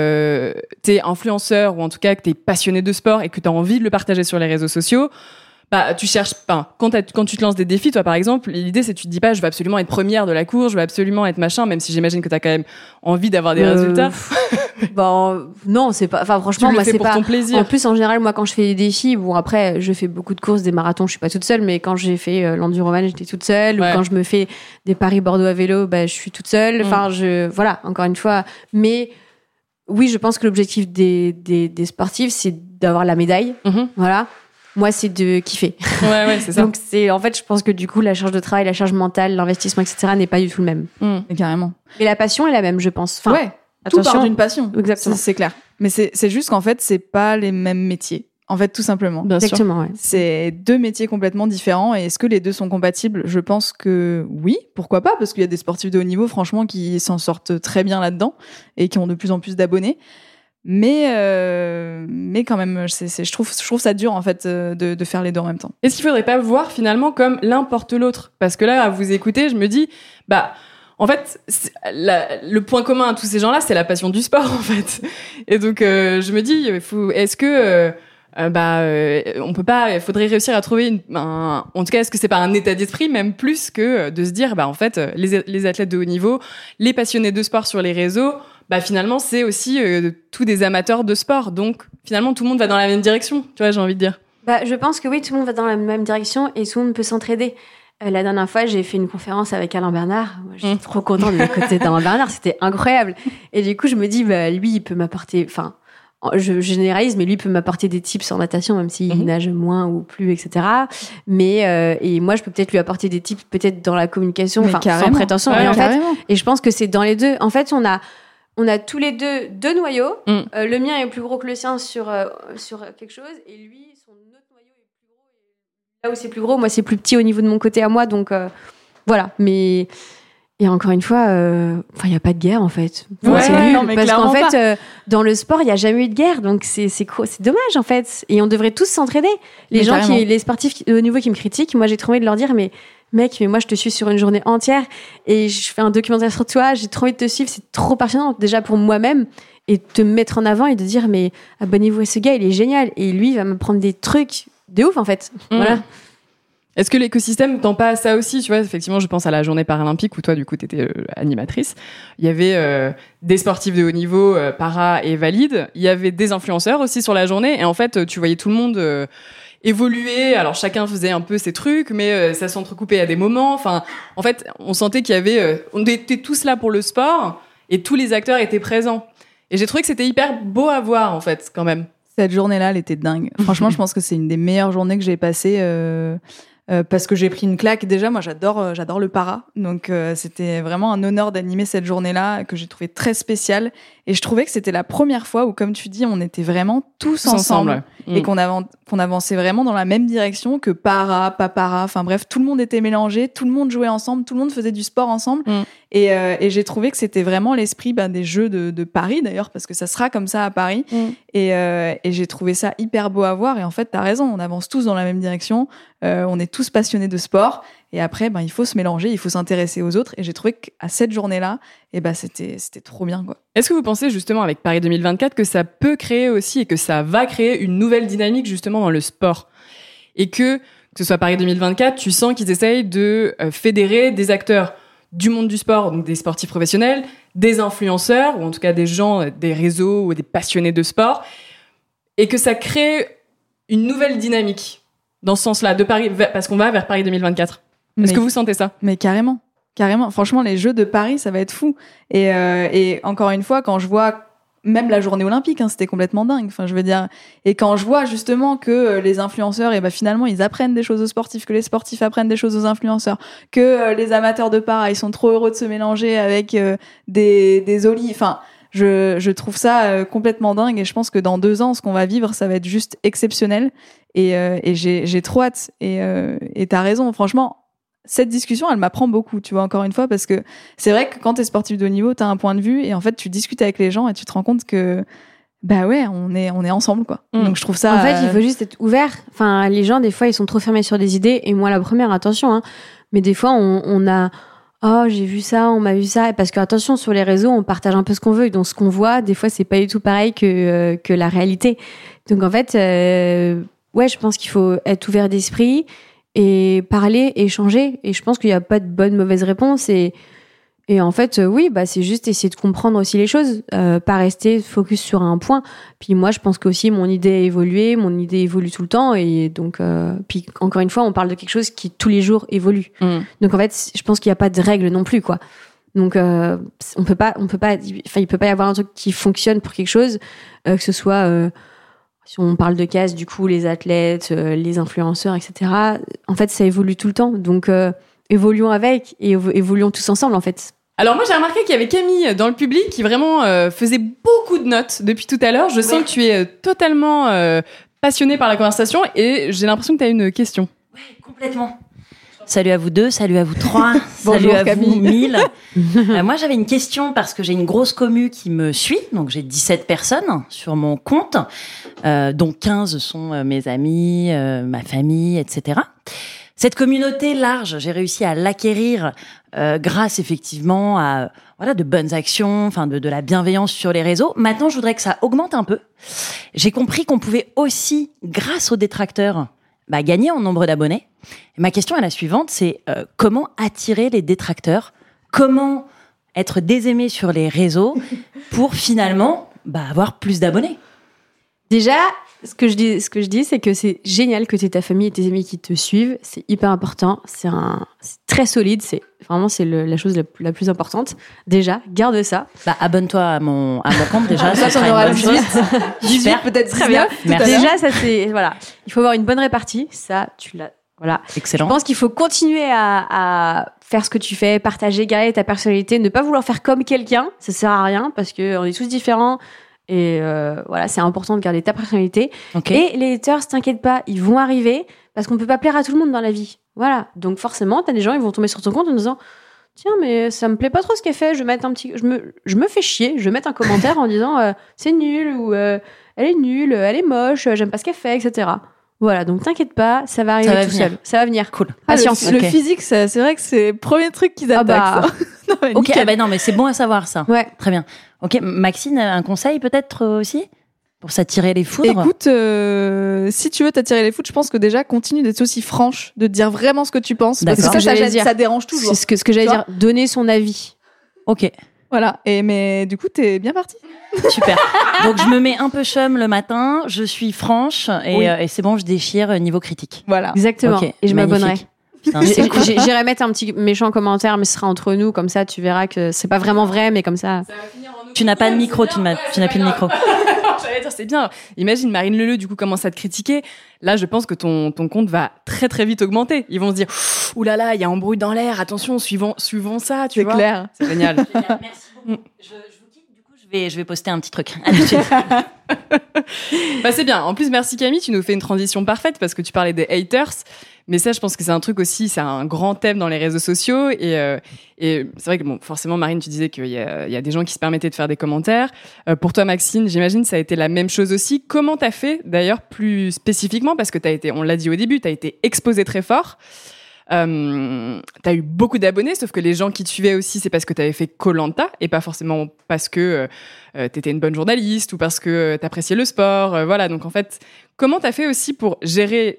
t'es influenceur, ou en tout cas que t'es passionné de sport et que t'as envie de le partager sur les réseaux sociaux, tu cherches pas. Quand tu te lances des défis, toi par exemple, l'idée c'est tu te dis pas je veux absolument être première de la course, je veux absolument être machin, même si j'imagine que t'as quand même envie d'avoir des résultats. Bon, non, c'est pas. Enfin, franchement, tu le moi, fais c'est pour pas. ton plaisir. En plus, en général, moi, quand je fais des défis, bon, après, je fais beaucoup de courses, des marathons, je suis pas toute seule, mais quand j'ai fait l'enduroman, j'étais toute seule. Ouais. Ou quand je me fais des Paris-Bordeaux à vélo, je suis toute seule. Enfin, voilà, encore une fois. Mais oui, je pense que l'objectif des sportifs, c'est d'avoir la médaille. Voilà. Moi, c'est de kiffer. Ouais, c'est ça. Donc, en fait, je pense que du coup, la charge de travail, la charge mentale, l'investissement, etc., n'est pas du tout le même. Mais carrément. Et la passion est la même, je pense. Enfin, ouais. Tout part d'une passion. Exactement. C'est clair. Mais c'est juste qu'en fait, c'est pas les mêmes métiers. En fait, tout simplement. Bien Exactement, sûr. ouais. C'est 2 métiers complètement différents. Et est-ce que les 2 sont compatibles ? Je pense que oui. Pourquoi pas ? Parce qu'il y a des sportifs de haut niveau, franchement, qui s'en sortent très bien là-dedans et qui ont de plus en plus d'abonnés. Mais quand même, je trouve ça dur en fait de faire les deux en même temps. Est-ce qu'il faudrait pas voir finalement comme l'un porte l'autre ? Parce que là, à vous écouter, je me dis, en fait, le point commun à tous ces gens-là, c'est la passion du sport en fait. Et donc, je me dis, est-ce que on peut pas, il faudrait réussir à trouver en tout cas, est-ce que c'est pas un état d'esprit même plus que de se dire, en fait, les athlètes de haut niveau, les passionnés de sport sur les réseaux, finalement, c'est aussi tous des amateurs de sport. Donc, finalement, tout le monde va dans la même direction, tu vois, j'ai envie de dire. Je pense que oui, tout le monde va dans la même direction et tout le monde peut s'entraider. La dernière fois, j'ai fait une conférence avec Alain Bernard. Moi, j'étais trop contente d'être à côté d'Alain Bernard. C'était incroyable. Et du coup, je me dis, lui, il peut m'apporter... Enfin, je généralise, mais lui peut m'apporter des tips en natation, même s'il nage moins ou plus, etc. Mais et moi, je peux peut-être lui apporter des tips, peut-être dans la communication, sans prétention. Ouais, mais en fait, et je pense que c'est dans les deux. En fait, on a tous les deux noyaux. Le mien est plus gros que le sien sur quelque chose, et lui, son autre noyau est plus gros. Et là où c'est plus gros, moi, c'est plus petit au niveau de mon côté à moi. Donc voilà. Mais et encore une fois, il n'y a pas de guerre en fait. C'est nul, non, mais parce qu'en clairement fait, dans le sport, il n'y a jamais eu de guerre, donc c'est dommage en fait. Et on devrait tous s'entraider. Les sportifs au niveau qui me critiquent, moi j'ai trop envie de leur dire, mais mec, moi je te suis sur une journée entière et je fais un documentaire sur toi, j'ai trop envie de te suivre, c'est trop passionnant déjà pour moi-même, et de te mettre en avant et de dire, mais abonnez-vous à ce gars, il est génial, et lui il va me prendre des trucs de ouf en fait. Voilà. Est-ce que l'écosystème tend pas à ça aussi ? Tu vois, effectivement, je pense à la journée paralympique où toi, du coup, t'étais animatrice. Il y avait des sportifs de haut niveau, para et valides. Il y avait des influenceurs aussi sur la journée. Et en fait, tu voyais tout le monde évoluer. Alors, chacun faisait un peu ses trucs, mais ça s'entrecoupait à des moments. Enfin, en fait, on sentait qu'il y avait... on était tous là pour le sport et tous les acteurs étaient présents. Et j'ai trouvé que c'était hyper beau à voir, en fait, quand même. Cette journée-là, elle était dingue. Franchement, je pense que c'est une des meilleures journées que j'ai passées... parce que j'ai pris une claque. Déjà, moi, j'adore le para. Donc, c'était vraiment un honneur d'animer cette journée-là que j'ai trouvé très spéciale. Et je trouvais que c'était la première fois où, comme tu dis, on était vraiment tous ensemble. Et qu'on avançait vraiment dans la même direction, que para, pas para. Enfin bref, tout le monde était mélangé, tout le monde jouait ensemble, tout le monde faisait du sport ensemble. Et j'ai trouvé que c'était vraiment l'esprit des Jeux de Paris, d'ailleurs, parce que ça sera comme ça à Paris. Et j'ai trouvé ça hyper beau à voir. Et en fait, t'as raison, on avance tous dans la même direction. On est tous passionnés de sport. Et après, il faut se mélanger, il faut s'intéresser aux autres. Et j'ai trouvé qu'à cette journée-là, c'était trop bien, quoi. Est-ce que vous pensez justement avec Paris 2024 que ça peut créer aussi et que ça va créer une nouvelle dynamique justement dans le sport ? Et que ce soit Paris 2024, tu sens qu'ils essayent de fédérer des acteurs du monde du sport, donc des sportifs professionnels, des influenceurs, ou en tout cas des gens, des réseaux ou des passionnés de sport, et que ça crée une nouvelle dynamique dans ce sens-là, de Paris, parce qu'on va vers Paris 2024. Est-ce que vous sentez ça ? Mais carrément. Franchement, les Jeux de Paris, ça va être fou. Et encore une fois, quand je vois même la journée olympique, c'était complètement dingue. Enfin, je veux dire, et quand je vois justement que les influenceurs, finalement, ils apprennent des choses aux sportifs, que les sportifs apprennent des choses aux influenceurs, que les amateurs de para, ils sont trop heureux de se mélanger avec des olis. Enfin, je trouve ça complètement dingue. Et je pense que dans 2 ans, ce qu'on va vivre, ça va être juste exceptionnel. Et j'ai trop hâte. Et t'as raison, franchement. Cette discussion, elle m'apprend beaucoup, tu vois, encore une fois, parce que c'est vrai que quand t'es sportif de haut niveau, t'as un point de vue et en fait, tu discutes avec les gens et tu te rends compte que, on est ensemble, quoi. Donc, je trouve ça... En fait, il faut juste être ouvert. Enfin, les gens, des fois, ils sont trop fermés sur des idées, et moi, la première, attention, mais des fois, on a... Oh, j'ai vu ça, on m'a vu ça. Parce que, attention, sur les réseaux, on partage un peu ce qu'on veut. Donc, ce qu'on voit, des fois, c'est pas du tout pareil que la réalité. Donc, en fait, ouais, je pense qu'il faut être ouvert d'esprit et parler, échanger. Et je pense qu'il n'y a pas de bonne, mauvaise réponse. Et en fait, oui, bah, c'est juste essayer de comprendre aussi les choses, pas rester focus sur un point. Puis moi, je pense qu'aussi mon idée a évolué, mon idée évolue tout le temps. Et donc, puis encore une fois, on parle de quelque chose qui tous les jours évolue. Donc en fait, je pense qu'il n'y a pas de règle non plus, quoi. Donc on peut pas, enfin, il peut pas y avoir un truc qui fonctionne pour quelque chose, que ce soit si on parle de casse, du coup, les athlètes, les influenceurs, etc. En fait, ça évolue tout le temps. Donc évoluons avec et évoluons tous ensemble, en fait. Alors moi j'ai remarqué qu'il y avait Camille dans le public qui vraiment faisait beaucoup de notes depuis tout à l'heure. Je sens que tu es totalement passionnée par la conversation et j'ai l'impression que tu as une question. Oui, complètement. Salut à vous deux, salut à vous trois, salut Bonjour, à Camille. vous 1000. Moi j'avais une question parce que j'ai une grosse commu qui me suit, donc j'ai 17 personnes sur mon compte, dont 15 sont mes amis, ma famille, etc. Cette communauté large, j'ai réussi à l'acquérir grâce effectivement à de bonnes actions, enfin de la bienveillance sur les réseaux. Maintenant, je voudrais que ça augmente un peu. J'ai compris qu'on pouvait aussi, grâce aux détracteurs, gagner en nombre d'abonnés. Et ma question est la suivante, c'est comment attirer les détracteurs ? Comment être désaimé sur les réseaux pour finalement avoir plus d'abonnés ? Déjà, ce que je dis, c'est que c'est génial que tu aies ta famille et tes amis qui te suivent. C'est hyper important. C'est très solide. C'est la chose la plus importante. Déjà, garde ça. Abonne-toi à mon compte déjà. Ça, sera on aura une bonne chose. 18 Super. peut-être Très bien. 19 tout à l'heure. Déjà, ça c'est voilà. Il faut avoir une bonne répartie. Ça, tu l'as. Voilà. Excellent. Je pense qu'il faut continuer à faire ce que tu fais, partager, garder ta personnalité, ne pas vouloir faire comme quelqu'un. Ça sert à rien parce que on est tous différents. Et voilà, c'est important de garder ta personnalité. Okay. Et les haters, t'inquiète pas, ils vont arriver parce qu'on peut pas plaire à tout le monde dans la vie. Voilà. Donc forcément, t'as des gens, ils vont tomber sur ton compte en disant tiens, mais ça me plaît pas trop ce qu'elle fait. Je vais mettre je me fais chier. Je vais mettre un commentaire en disant c'est nul ou elle est nulle, elle est moche, j'aime pas ce qu'elle fait, etc. Voilà. Donc t'inquiète pas, ça va arriver tout seul. Ça va venir. Cool. Patience. Le physique, c'est vrai que c'est le premier truc qu'ils attaquent. Ça. Non, Ok, non, mais c'est bon à savoir ça. Ouais. Très bien. Ok, Maxine, un conseil peut-être aussi pour s'attirer les foudres ? Écoute, si tu veux t'attirer les foudres, je pense que déjà continue d'être aussi franche, de dire vraiment ce que tu penses. Parce D'accord. que J'allais ça dire. dérange toujours. C'est ce que j'allais dire. Donner son avis. Ok, Voilà. Mais du coup, t'es bien parti. super. Donc je me mets un peu chum le matin, je suis franche et c'est bon, je déchire niveau critique. Voilà. Exactement. Ok, Et je m'abonnerai. magnifique. Putain, c'est cool. J'irai mettre un petit méchant commentaire, mais ce sera entre nous, comme ça tu verras que c'est pas vraiment vrai, mais comme ça. Tu n'as pas de micro, tu n'as plus de micro. J'allais dire, c'est bien. Imagine Marine Leleu, du coup, commence à te critiquer. Là, je pense que ton compte va très, très vite augmenter. Ils vont se dire, ouh là là, il y a un bruit dans l'air. Attention, suivons ça, tu C'est vois. clair. C'est génial. Merci beaucoup. Je vous quitte, du coup, je vais poster un petit truc. À tout de suite. C'est bien. En plus, merci Camille, tu nous fais une transition parfaite parce que tu parlais des haters. Mais ça, je pense que c'est un truc aussi, c'est un grand thème dans les réseaux sociaux. Et c'est vrai que, bon, forcément, Marine, tu disais qu'il y a des gens qui se permettaient de faire des commentaires. Pour toi, Maxine, j'imagine ça a été la même chose aussi. Comment t'as fait, d'ailleurs, plus spécifiquement, parce que on l'a dit au début, t'as été exposée très fort. T'as eu beaucoup d'abonnés, sauf que les gens qui te suivaient aussi, c'est parce que t'avais fait Koh-Lanta et pas forcément parce que t'étais une bonne journaliste ou parce que t'appréciais le sport. Voilà. Donc, en fait, comment t'as fait aussi pour gérer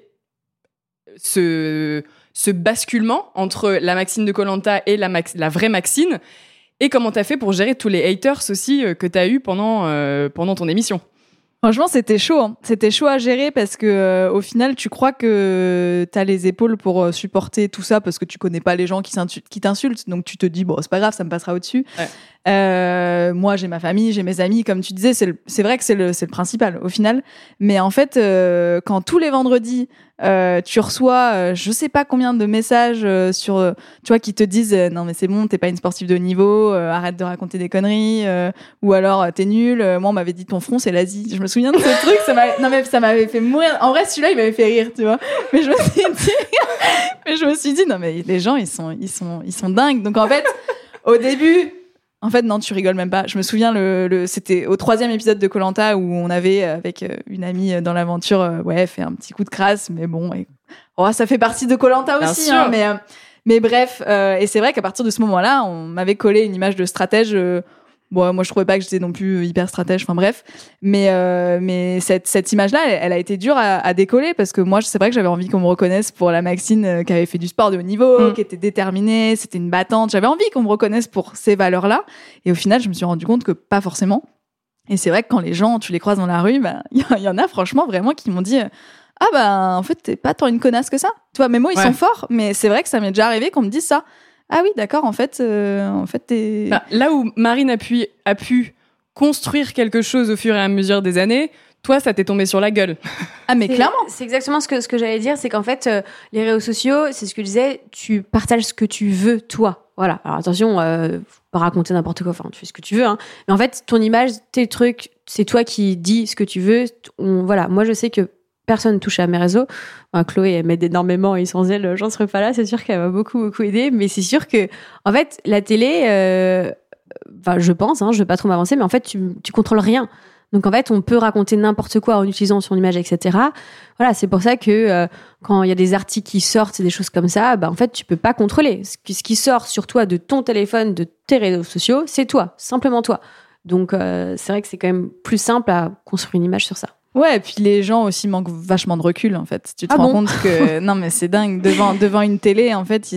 ce basculement entre la Maxine de Koh-Lanta et la vraie Maxine, et comment t'as fait pour gérer tous les haters aussi que t'as eu pendant ton émission? Franchement, c'était chaud. Hein. C'était chaud à gérer parce que au final, tu crois que t'as les épaules pour supporter tout ça parce que tu connais pas les gens qui t'insultent. Donc tu te dis bon, c'est pas grave, ça me passera au-dessus. Ouais. Moi, j'ai ma famille, j'ai mes amis, comme tu disais. C'est vrai que c'est le principal au final. Mais en fait, quand tous les vendredis tu reçois je sais pas combien de messages sur tu vois qui te disent non mais c'est bon, t'es pas une sportive de haut niveau, arrête de raconter des conneries, ou alors t'es nul. Moi on m'avait dit ton front c'est l'Asie. Je me souviens de ce truc, ça m'avait fait mourir. En vrai celui-là il m'avait fait rire, tu vois. Mais je me suis dit non mais les gens ils sont dingues. Donc en fait au début en fait, non, tu rigoles même pas. Je me souviens, c'était au 3e épisode de Koh-Lanta où on avait, avec une amie dans l'aventure, fait un petit coup de crasse, mais bon, ça fait partie de Koh-Lanta aussi, hein, mais bref, et c'est vrai qu'à partir de ce moment-là, on m'avait collé une image de stratège Bon, moi, je trouvais pas que j'étais non plus hyper stratège. Enfin bref, mais cette image-là, elle a été dure à décoller parce que moi, c'est vrai que j'avais envie qu'on me reconnaisse pour la Maxine qui avait fait du sport de haut niveau, qui était déterminée, c'était une battante. J'avais envie qu'on me reconnaisse pour ces valeurs-là. Et au final, je me suis rendu compte que pas forcément. Et c'est vrai que quand les gens, tu les croises dans la rue, il y en a franchement vraiment qui m'ont dit ah bah en fait t'es pas tant une connasse que ça. Tu vois, mes mots ils sont forts, mais c'est vrai que ça m'est déjà arrivé qu'on me dise ça. Ah oui, d'accord, en fait t'es... Là où Marine a pu construire quelque chose au fur et à mesure des années, toi, ça t'est tombé sur la gueule. Ah, mais clairement. C'est exactement ce que j'allais dire, c'est qu'en fait, les réseaux sociaux, c'est ce que je disais, tu partages ce que tu veux, toi. Voilà. Alors attention, faut pas raconter n'importe quoi, enfin, tu fais ce que tu veux, hein. Mais en fait, ton image, tes trucs, c'est toi qui dis ce que tu veux. Voilà. Moi, je sais que personne touche à mes réseaux. Chloé, elle m'aide énormément et sans elle, j'en serais pas là. C'est sûr qu'elle m'a beaucoup, beaucoup aidé. Mais c'est sûr que, en fait, la télé, je pense, je vais pas trop m'avancer, mais en fait, tu contrôles rien. Donc, en fait, on peut raconter n'importe quoi en utilisant son image, etc. Voilà, c'est pour ça que quand il y a des articles qui sortent, des choses comme ça, en fait, tu peux pas contrôler. Ce qui sort sur toi de ton téléphone, de tes réseaux sociaux, c'est toi, simplement toi. Donc, c'est vrai que c'est quand même plus simple à construire une image sur ça. Ouais, et puis les gens aussi manquent vachement de recul, en fait. Tu te rends compte que... Non, mais c'est dingue. Devant une télé, en fait,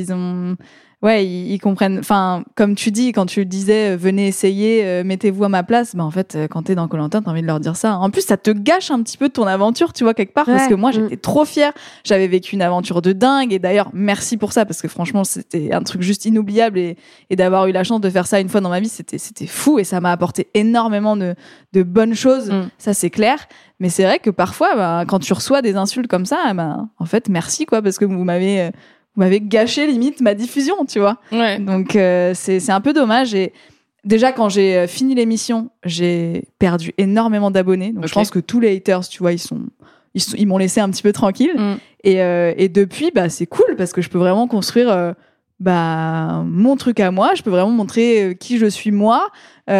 ils comprennent... Enfin, comme tu dis, quand tu disais « Venez essayer, mettez-vous à ma place », en fait, quand t'es dans Koh-Lanta, t'as envie de leur dire ça. En plus, ça te gâche un petit peu de ton aventure, tu vois, quelque part, parce que moi, j'étais trop fière. J'avais vécu une aventure de dingue, et d'ailleurs, merci pour ça, parce que franchement, c'était un truc juste inoubliable, et d'avoir eu la chance de faire ça une fois dans ma vie, c'était fou, et ça m'a apporté énormément de bonnes choses, ça c'est clair. Mais c'est vrai que parfois, quand tu reçois des insultes comme ça, en fait, merci, quoi, parce que vous m'avez gâché limite ma diffusion, tu vois. Ouais. Donc c'est un peu dommage. Et déjà quand j'ai fini l'émission, j'ai perdu énormément d'abonnés. Donc je pense que tous les haters, tu vois, ils m'ont laissé un petit peu tranquille. Et depuis, c'est cool parce que je peux vraiment construire mon truc à moi. Je peux vraiment montrer qui je suis moi.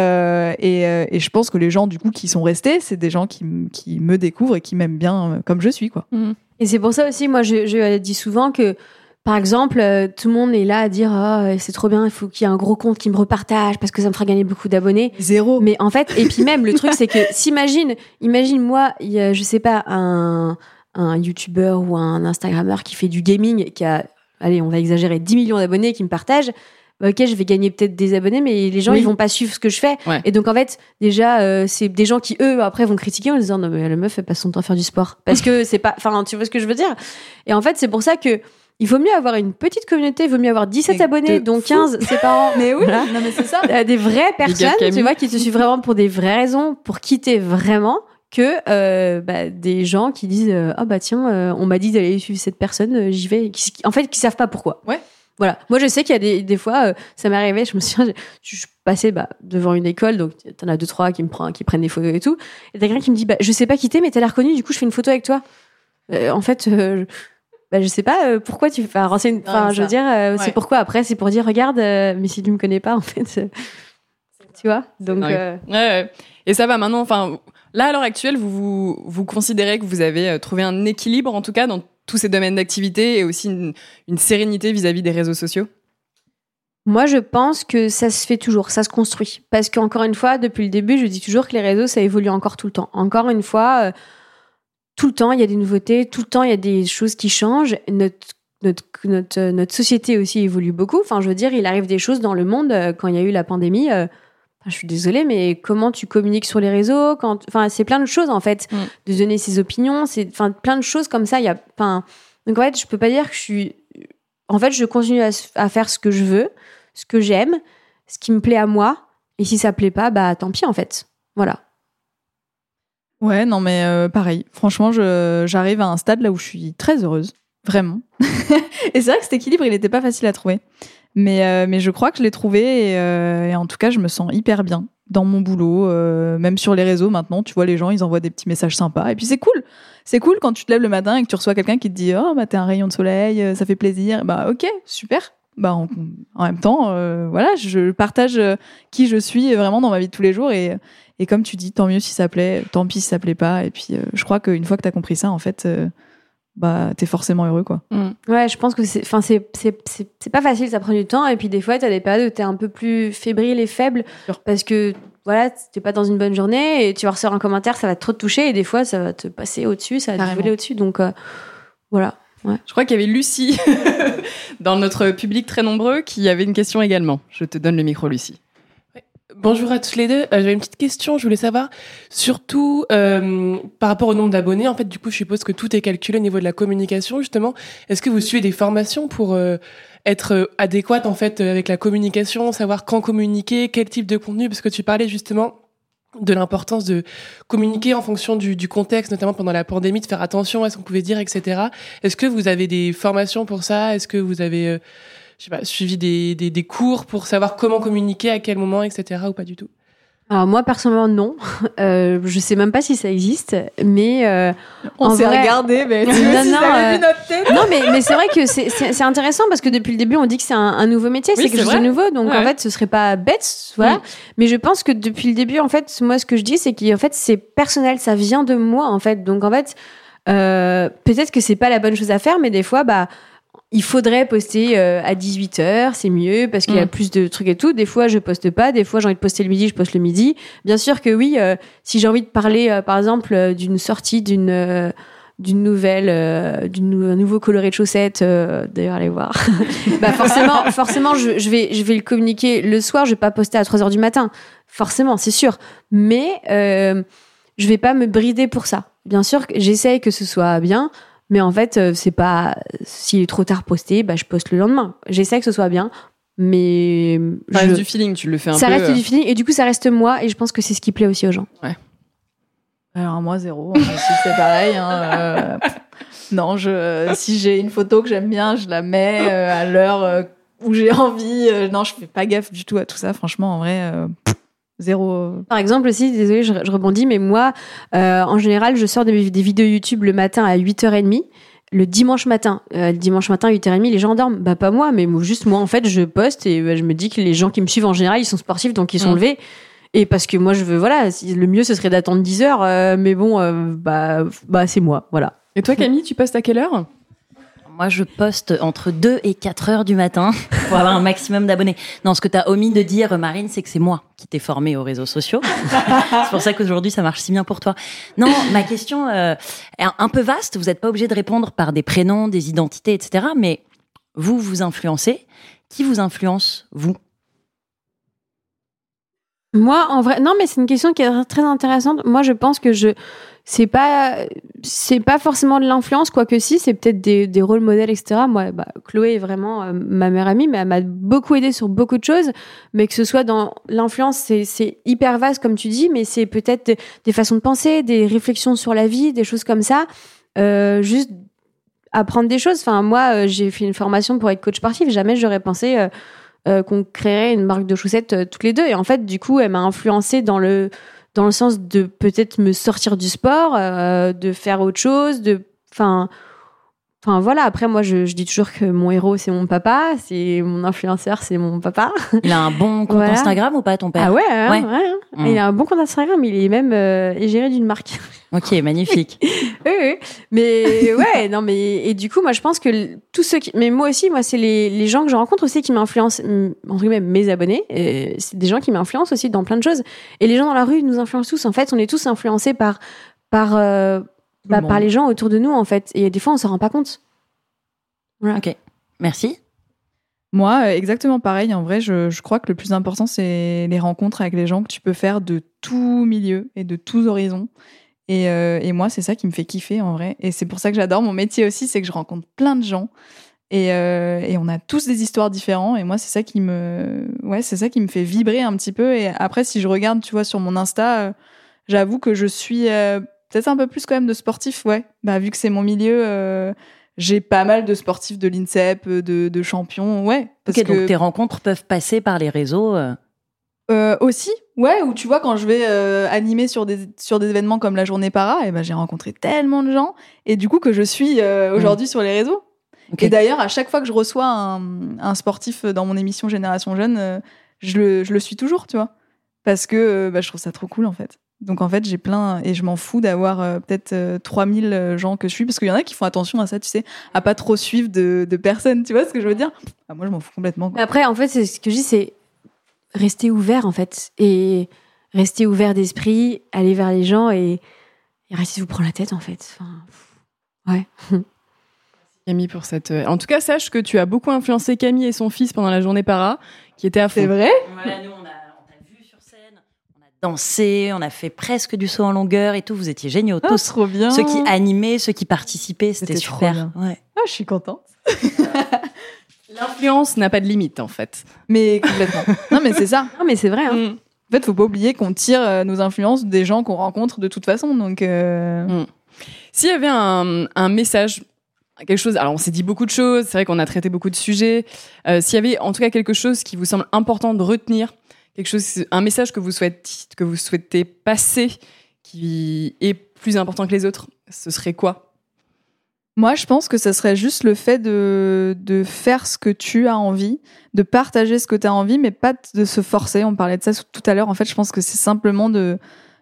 Et je pense que les gens du coup qui sont restés, c'est des gens qui me découvrent et qui m'aiment bien comme je suis, quoi. Et c'est pour ça aussi, moi, je dis souvent que, par exemple, tout le monde est là à dire c'est trop bien, il faut qu'il y ait un gros compte qui me repartage parce que ça me fera gagner beaucoup d'abonnés. Zéro. Mais en fait, et puis même le truc, c'est que imagine moi, il y a, je sais pas, un youtubeur ou un instagrammeur qui fait du gaming, qui a, allez, on va exagérer, 10 millions d'abonnés qui me partagent. Ok, je vais gagner peut-être des abonnés, mais les gens, ils vont pas suivre ce que je fais. Ouais. Et donc, en fait, déjà, c'est des gens qui, eux, après, vont critiquer en disant, non, mais la meuf, elle passe son temps à faire du sport. Parce que c'est pas, enfin, tu vois ce que je veux dire? Et en fait, c'est pour ça que, il vaut mieux avoir une petite communauté, il vaut mieux avoir 17 abonnés, dont 15 ses parents. Mais oui, voilà. Non, mais c'est ça. Des vraies personnes, tu vois, qui te suivent vraiment pour des vraies raisons, pour quitter vraiment, que des gens qui disent tiens, on m'a dit d'aller suivre cette personne, j'y vais, en fait, qui savent pas pourquoi. Ouais. Voilà. Moi, je sais qu'il y a des fois, ça m'est arrivé, je me souviens, je passais devant une école, donc t'en as 2-3 qui prennent des photos et tout, et t'as quelqu'un qui me dit je sais pas qui t'es, mais t'as l'air connu, du coup je fais une photo avec toi. En fait, je sais pas pourquoi tu fais renseigner. Enfin, je veux dire, c'est pourquoi. Après, c'est pour dire regarde, mais si tu me connais pas, en fait, tu vois. Donc. Ouais. Et ça va maintenant. Enfin, là à l'heure actuelle, vous considérez que vous avez trouvé un équilibre, en tout cas, dans tous ces domaines d'activité et aussi une sérénité vis-à-vis des réseaux sociaux? Moi, je pense que ça se fait toujours, ça se construit. Parce qu'encore une fois, depuis le début, je dis toujours que les réseaux, ça évolue encore tout le temps. Encore une fois, tout le temps, il y a des nouveautés, tout le temps, il y a des choses qui changent. Notre société aussi évolue beaucoup. Enfin, je veux dire, il arrive des choses dans le monde. Quand il y a eu la pandémie, je suis désolée, mais comment tu communiques sur les réseaux, c'est plein de choses, en fait, de donner ses opinions, plein de choses comme ça. Donc, en fait, je peux pas dire que je continue à faire ce que je veux, ce que j'aime, ce qui me plaît à moi. Et si ça plaît pas, tant pis, en fait. Voilà. Ouais, non, mais pareil. Franchement, j'arrive à un stade là où je suis très heureuse. Vraiment. Et c'est vrai que cet équilibre, il n'était pas facile à trouver. Mais je crois que je l'ai trouvé et en tout cas, je me sens hyper bien dans mon boulot. Même sur les réseaux maintenant, tu vois, les gens, ils envoient des petits messages sympas. Et puis c'est cool. C'est cool quand tu te lèves le matin et que tu reçois quelqu'un qui te dit « Oh, t'es un rayon de soleil, ça fait plaisir. » Ok, super. En même temps, voilà, je partage qui je suis vraiment dans ma vie de tous les jours et comme tu dis, tant mieux si ça plaît, tant pis si ça plaît pas. Et puis, je crois qu'une fois que t'as compris ça, en fait, bah t'es forcément heureux, quoi. Ouais, je pense que c'est pas facile, ça prend du temps. Et puis des fois, t'as des périodes où t'es un peu plus fébrile et faible parce que voilà, t'es pas dans une bonne journée et tu vas recevoir un commentaire, ça va trop te toucher et des fois, ça va te passer au-dessus, ça va te voler au-dessus. Donc voilà. Ouais. Je crois qu'il y avait Lucie dans notre public très nombreux qui avait une question également. Je te donne le micro, Lucie. Bonjour à tous les deux. J'avais une petite question. Je voulais savoir, surtout par rapport au nombre d'abonnés. En fait, du coup, je suppose que tout est calculé au niveau de la communication, justement. Est-ce que vous suivez des formations pour être adéquate en fait avec la communication, savoir quand communiquer, quel type de contenu? Parce que tu parlais justement de l'importance de communiquer en fonction du contexte, notamment pendant la pandémie, de faire attention à ce qu'on pouvait dire, etc. Est-ce que vous avez des formations pour ça? Est-ce que vous avez suivi des cours pour savoir comment communiquer, à quel moment, etc. ou pas du tout? Alors moi personnellement non, je sais même pas si ça existe, mais on s'est regardé, mais tu veux si t'avais vu notre tête. Non, mais c'est vrai que c'est intéressant parce que depuis le début on dit que c'est un nouveau métier, oui, c'est quelque chose de nouveau, donc en fait ce serait pas bête, voilà. Mais je pense que depuis le début en fait, moi ce que je dis c'est qu'en fait c'est personnel, ça vient de moi en fait, donc en fait peut-être que c'est pas la bonne chose à faire, mais des fois il faudrait poster à 18h, c'est mieux parce qu'il y a plus de trucs et tout. Des fois, je poste pas. Des fois, j'ai envie de poster le midi, je poste le midi. Bien sûr que oui, si j'ai envie de parler, par exemple, d'une sortie d'une nouvelle, un nouveau coloré de chaussettes, d'ailleurs, allez voir. forcément, je vais le communiquer le soir. Je vais pas poster à 3h du matin. Forcément, c'est sûr. Mais je vais pas me brider pour ça. Bien sûr, j'essaye que ce soit bien. Mais en fait, c'est pas... S'il est trop tard posté, je poste le lendemain. J'essaie que ce soit bien, mais... Ça reste du feeling, tu le fais un peu... Ça reste du feeling, et du coup, ça reste moi, et je pense que c'est ce qui plaît aussi aux gens. Ouais. Alors moi, 0. C'est pareil. Non, si j'ai une photo que j'aime bien, je la mets à l'heure où j'ai envie. Non, je fais pas gaffe du tout à tout ça. Franchement, en vrai... 0. Par exemple aussi, désolée, je rebondis, mais moi, en général, je sors des vidéos YouTube le matin à 8h30. Le dimanche matin, 8h30, les gens dorment. Pas moi, mais juste moi, en fait, je poste et je me dis que les gens qui me suivent, en général, ils sont sportifs, donc ils sont levés. Et parce que moi, je veux, voilà, le mieux, ce serait d'attendre 10h, mais bon, c'est moi, voilà. Et toi, Camille, tu postes à quelle heure ? Moi, je poste entre 2 et 4 heures du matin pour avoir un maximum d'abonnés. Non, ce que tu as omis de dire, Marine, c'est que c'est moi qui t'ai formée aux réseaux sociaux. C'est pour ça qu'aujourd'hui, ça marche si bien pour toi. Non, ma question est un peu vaste. Vous n'êtes pas obligé de répondre par des prénoms, des identités, etc. Mais vous influencez. Qui vous influence, vous ? Moi, en vrai, non, mais c'est une question qui est très intéressante. Moi, je pense que c'est pas forcément de l'influence, quoique si, c'est peut-être des rôles modèles, etc. Moi, Chloé est vraiment ma meilleure amie, mais elle m'a beaucoup aidée sur beaucoup de choses. Mais que ce soit dans l'influence, c'est hyper vaste, comme tu dis, mais c'est peut-être des façons de penser, des réflexions sur la vie, des choses comme ça. Juste apprendre des choses. Enfin, moi, j'ai fait une formation pour être coach sportif. Jamais j'aurais pensé qu'on créerait une marque de chaussettes toutes les deux. Et en fait, du coup, elle m'a influencée dans le sens de peut-être me sortir du sport, de faire autre chose, Enfin voilà, après moi je dis toujours que mon héros c'est mon papa, c'est mon influenceur, c'est mon papa. Il a un bon compte Instagram ou pas, ton père ? Ah ouais. Il a un bon compte Instagram, il est même géré d'une marque. Ok, magnifique. Oui. Mais ouais, non mais et du coup moi je pense que tous ceux qui, mais moi aussi c'est les gens que je rencontre aussi qui m'influencent, entre guillemets mes abonnés, c'est des gens qui m'influencent aussi dans plein de choses. Et les gens dans la rue nous influencent tous. En fait, on est tous influencés par les gens autour de nous, en fait. Et des fois, on s'en rend pas compte. Voilà. Ok. Merci. Moi, exactement pareil. En vrai, je crois que le plus important, c'est les rencontres avec les gens que tu peux faire de tout milieu et de tous horizons. Et moi, c'est ça qui me fait kiffer, en vrai. Et c'est pour ça que j'adore mon métier aussi, c'est que je rencontre plein de gens. Et on a tous des histoires différentes. Et moi, c'est ça qui me fait vibrer un petit peu. Et après, si je regarde, tu vois, sur mon Insta, j'avoue que je suis... peut-être un peu plus quand même de sportifs, ouais. Vu que c'est mon milieu, j'ai pas mal de sportifs de l'INSEP, de champions, ouais. Donc tes rencontres peuvent passer par les réseaux aussi, ouais. Ou tu vois, quand je vais animer sur des événements comme la journée para, j'ai rencontré tellement de gens. Et du coup, que je suis aujourd'hui sur les réseaux. Okay. Et d'ailleurs, à chaque fois que je reçois un sportif dans mon émission Génération Jeune, je le suis toujours, tu vois. Parce que je trouve ça trop cool, en fait. Donc en fait, j'ai plein et je m'en fous d'avoir peut-être 3000 gens que je suis, parce qu'il y en a qui font attention à ça, tu sais, à pas trop suivre de personnes, tu vois ce que je veux dire? Moi, je m'en fous complètement, quoi. Après, en fait, c'est ce que je dis, c'est rester ouvert, en fait, et rester ouvert d'esprit, aller vers les gens et arrêter de vous prendre la tête, en fait. Enfin, ouais. Camille pour cette. En tout cas, sache que tu as beaucoup influencé Camille et son fils pendant la journée para, qui était à fond. C'est vrai? Voilà, nous, on t'a vu sur scène, on a dansé, on a fait presque du saut en longueur et tout. Vous étiez géniaux, tous. Trop bien. Ceux qui animaient, ceux qui participaient, c'était C'était trop super. bien. Ouais. Ah, je suis contente. L'influence n'a pas de limite, en fait. Mais complètement. Non, mais c'est ça. Non, mais c'est vrai. Hein. En fait, faut pas oublier qu'on tire nos influences des gens qu'on rencontre de toute façon. Donc, S'il y avait un message, quelque chose. Alors, on s'est dit beaucoup de choses. C'est vrai qu'on a traité beaucoup de sujets. S'il y avait, en tout cas, quelque chose qui vous semble important de retenir, quelque chose, un message que vous souhaitez passer, qui est plus important que les autres, ce serait quoi? moi, je pense que ça serait juste le fait de faire ce que tu as envie, de partager ce que tu as envie, mais pas de se forcer. On parlait de ça tout à l'heure. En fait, je pense que c'est simplement de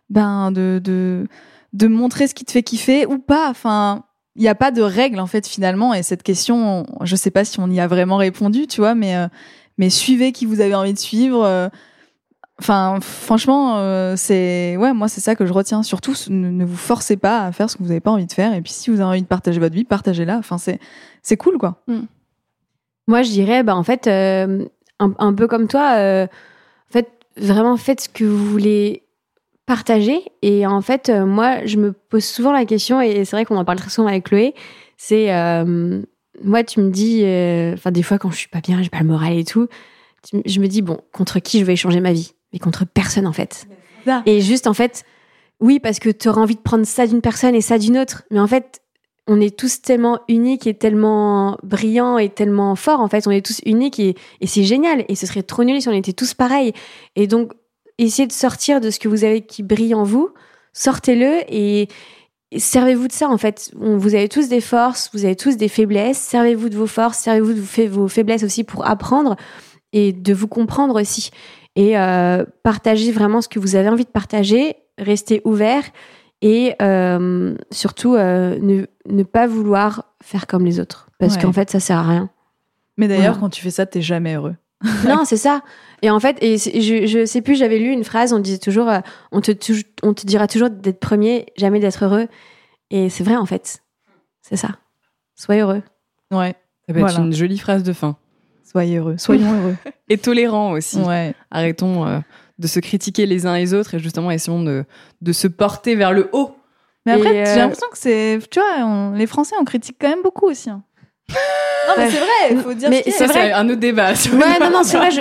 montrer ce qui te fait kiffer ou pas. Enfin, il n'y a pas de règle, en fait, finalement. Et cette question, je sais pas si on y a vraiment répondu, tu vois, mais suivez qui vous avez envie de suivre. Enfin, franchement, moi, c'est ça que je retiens. Surtout, ne vous forcez pas à faire ce que vous n'avez pas envie de faire. Et puis, si vous avez envie de partager votre vie, partagez-la. Enfin, c'est cool, quoi. Moi, je dirais, en fait, un peu comme toi, en fait, vraiment faites ce que vous voulez partager. Et en fait, moi, je me pose souvent la question, et c'est vrai qu'on en parle très souvent avec Chloé, c'est, moi, tu me dis, des fois, quand je suis pas bien, j'ai pas le moral et tout, je me dis, bon, contre qui je vais échanger ma vie? Mais contre personne, en fait. Et juste, en fait, oui, parce que tu auras envie de prendre ça d'une personne et ça d'une autre. Mais en fait, on est tous tellement uniques et tellement brillants et tellement forts. En fait, on est tous uniques et c'est génial. Et ce serait trop nul si on était tous pareils. Et donc, essayez de sortir de ce que vous avez qui brille en vous. Sortez-le et servez-vous de ça, en fait. Vous avez tous des forces, vous avez tous des faiblesses. Servez-vous de vos forces, servez-vous de vos faiblesses aussi pour apprendre et de vous comprendre aussi. Et partagez vraiment ce que vous avez envie de partager, restez ouvert et surtout ne pas vouloir faire comme les autres parce qu'en fait ça sert à rien. Mais d'ailleurs, quand tu fais ça, t'es jamais heureux. Non, c'est ça. Et en fait, je sais plus, j'avais lu une phrase, on disait toujours on te dira toujours d'être premier, jamais d'être heureux. Et c'est vrai, en fait. C'est ça. Soyez heureux. Ouais. Ça peut être une jolie phrase de fin. Soyez heureux. Soyons heureux. Et tolérants aussi. Ouais. Arrêtons de se critiquer les uns les autres et justement essayons de se porter vers le haut. Mais après, j'ai l'impression que c'est... Tu vois, les Français, on critique quand même beaucoup aussi. Hein. Non, mais c'est vrai, il faut dire mais c'est vrai. C'est un autre débat. Ouais, non, c'est vrai,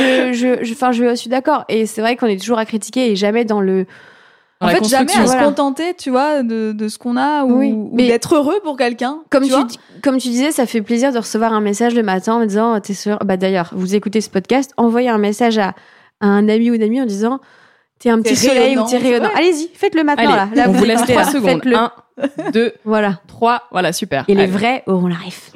je suis d'accord. Et c'est vrai qu'on est toujours à critiquer et jamais dans le... En fait, jamais à se contenter, tu vois, de ce qu'on a ou d'être heureux pour quelqu'un. Comme tu disais, ça fait plaisir de recevoir un message le matin en me disant, t'es sûr? D'ailleurs, vous écoutez ce podcast, envoyez un message à un ami ou une amie en disant, t'es un petit soleil ou t'es rayonnant. Allez-y, faites le matin. Allez, là on vous laisse 3 secondes. Faites-le. 1, 2, voilà. 3. Voilà, super. Et les vrais auront la ref.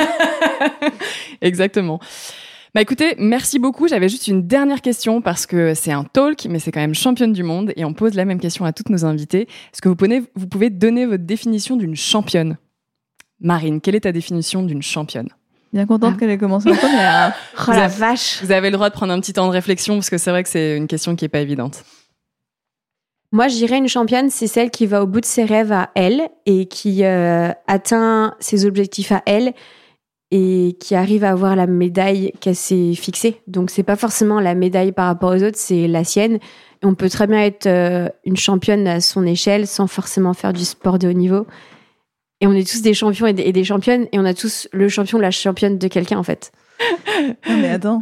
Exactement. Bah écoutez, merci beaucoup. J'avais juste une dernière question parce que c'est un talk, mais c'est quand même championne du monde et on pose la même question à toutes nos invités. Est-ce que vous pouvez donner votre définition d'une championne? Marine, quelle est ta définition d'une championne? Bien contente qu'elle ait commencé en première. Oh la vache! Vous avez le droit de prendre un petit temps de réflexion parce que c'est vrai que c'est une question qui est pas évidente. Moi, je dirais une championne, c'est celle qui va au bout de ses rêves à elle et qui atteint ses objectifs à elle et qui arrive à avoir la médaille qu'elle s'est fixée. Donc, c'est pas forcément la médaille par rapport aux autres, c'est la sienne. Et on peut très bien être une championne à son échelle sans forcément faire du sport de haut niveau. Et on est tous des champions et des championnes et on a tous le champion ou la championne de quelqu'un, en fait. Non mais attends.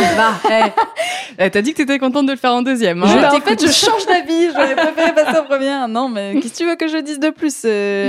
T'as dit que t'étais contente de le faire en deuxième. Hein. En fait, je change d'avis. J'aurais préféré passer en première. Non, mais qu'est-ce que tu veux que je dise de plus?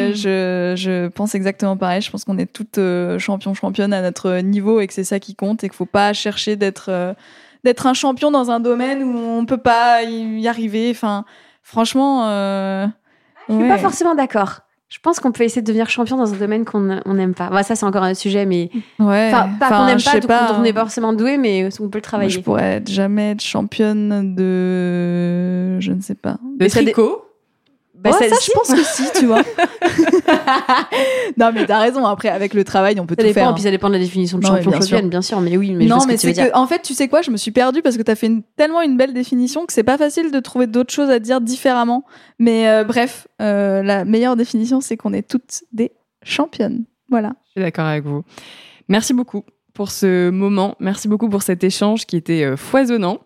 Je pense exactement pareil. Je pense qu'on est toutes championnes à notre niveau et que c'est ça qui compte et qu'il faut pas chercher d'être un champion dans un domaine où on peut pas y arriver. Enfin, franchement, je suis pas forcément d'accord. Je pense qu'on peut essayer de devenir champion dans un domaine qu'on n'aime pas. Ça, c'est encore un autre sujet, mais Ouais. pas qu'on n'aime pas, pas, on n'est pas forcément doué, mais on peut le travailler. Moi, je pourrais jamais être championne de, je ne sais pas. De tricot. Ça, je pense que si, tu vois. Non, mais t'as raison. Après, avec le travail, on peut tout faire. Puis ça dépend de la définition de Non, champion, bien sûr. championne, bien sûr. Mais oui, mais non, je vois ce mais que tu veux c'est dire. que, en fait, tu sais quoi, je me suis perdue parce que t'as fait tellement une belle définition que c'est pas facile de trouver d'autres choses à dire différemment. Mais bref, la meilleure définition, c'est qu'on est toutes des championnes. Voilà. Je suis d'accord avec vous. Merci beaucoup pour ce moment. Merci beaucoup pour cet échange qui était foisonnant.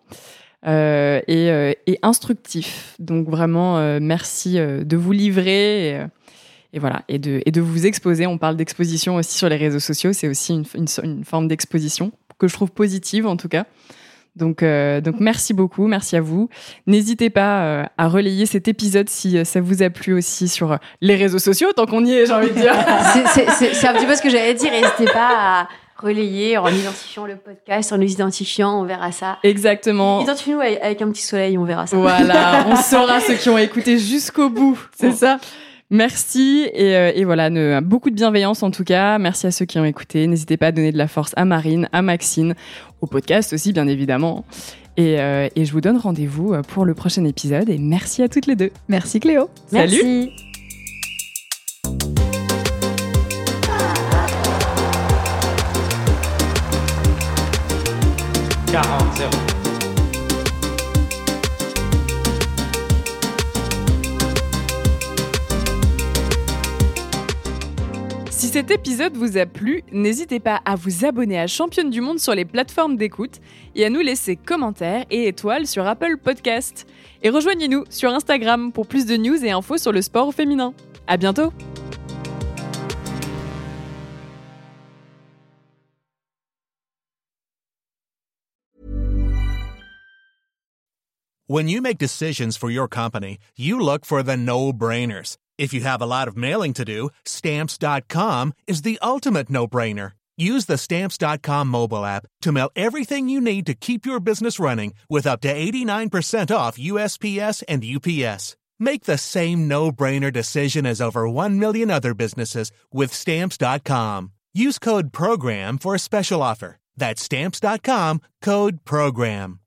Et instructif. Donc vraiment, merci de vous livrer et voilà, et de vous exposer. On parle d'exposition aussi sur les réseaux sociaux. C'est aussi une forme d'exposition que je trouve positive en tout cas. Donc merci beaucoup, merci à vous. N'hésitez pas à relayer cet épisode si ça vous a plu aussi sur les réseaux sociaux, tant qu'on y est, j'ai envie de dire. C'est un petit peu ce que j'allais dire. N'hésitez pas à relayer en identifiant le podcast, en nous identifiant, on verra ça. Exactement. Identifiez-nous avec un petit soleil, on verra ça. Voilà, on saura ceux qui ont écouté jusqu'au bout, c'est ça. Merci et voilà, beaucoup de bienveillance en tout cas. Merci à ceux qui ont écouté. N'hésitez pas à donner de la force à Marine, à Maxine, au podcast aussi bien évidemment. Et je vous donne rendez-vous pour le prochain épisode et merci à toutes les deux. Merci Cléo. Salut. Merci. Si cet épisode vous a plu, n'hésitez pas à vous abonner à Championne du Monde sur les plateformes d'écoute et à nous laisser commentaires et étoiles sur Apple Podcast. Et rejoignez-nous sur Instagram pour plus de news et infos sur le sport au féminin. À bientôt! When you make decisions for your company, you look for the no-brainers. If you have a lot of mailing to do, Stamps.com is the ultimate no-brainer. Use the Stamps.com mobile app to mail everything you need to keep your business running with up to 89% off USPS and UPS. Make the same no-brainer decision as over 1 million other businesses with Stamps.com. Use code PROGRAM for a special offer. That's Stamps.com, code PROGRAM.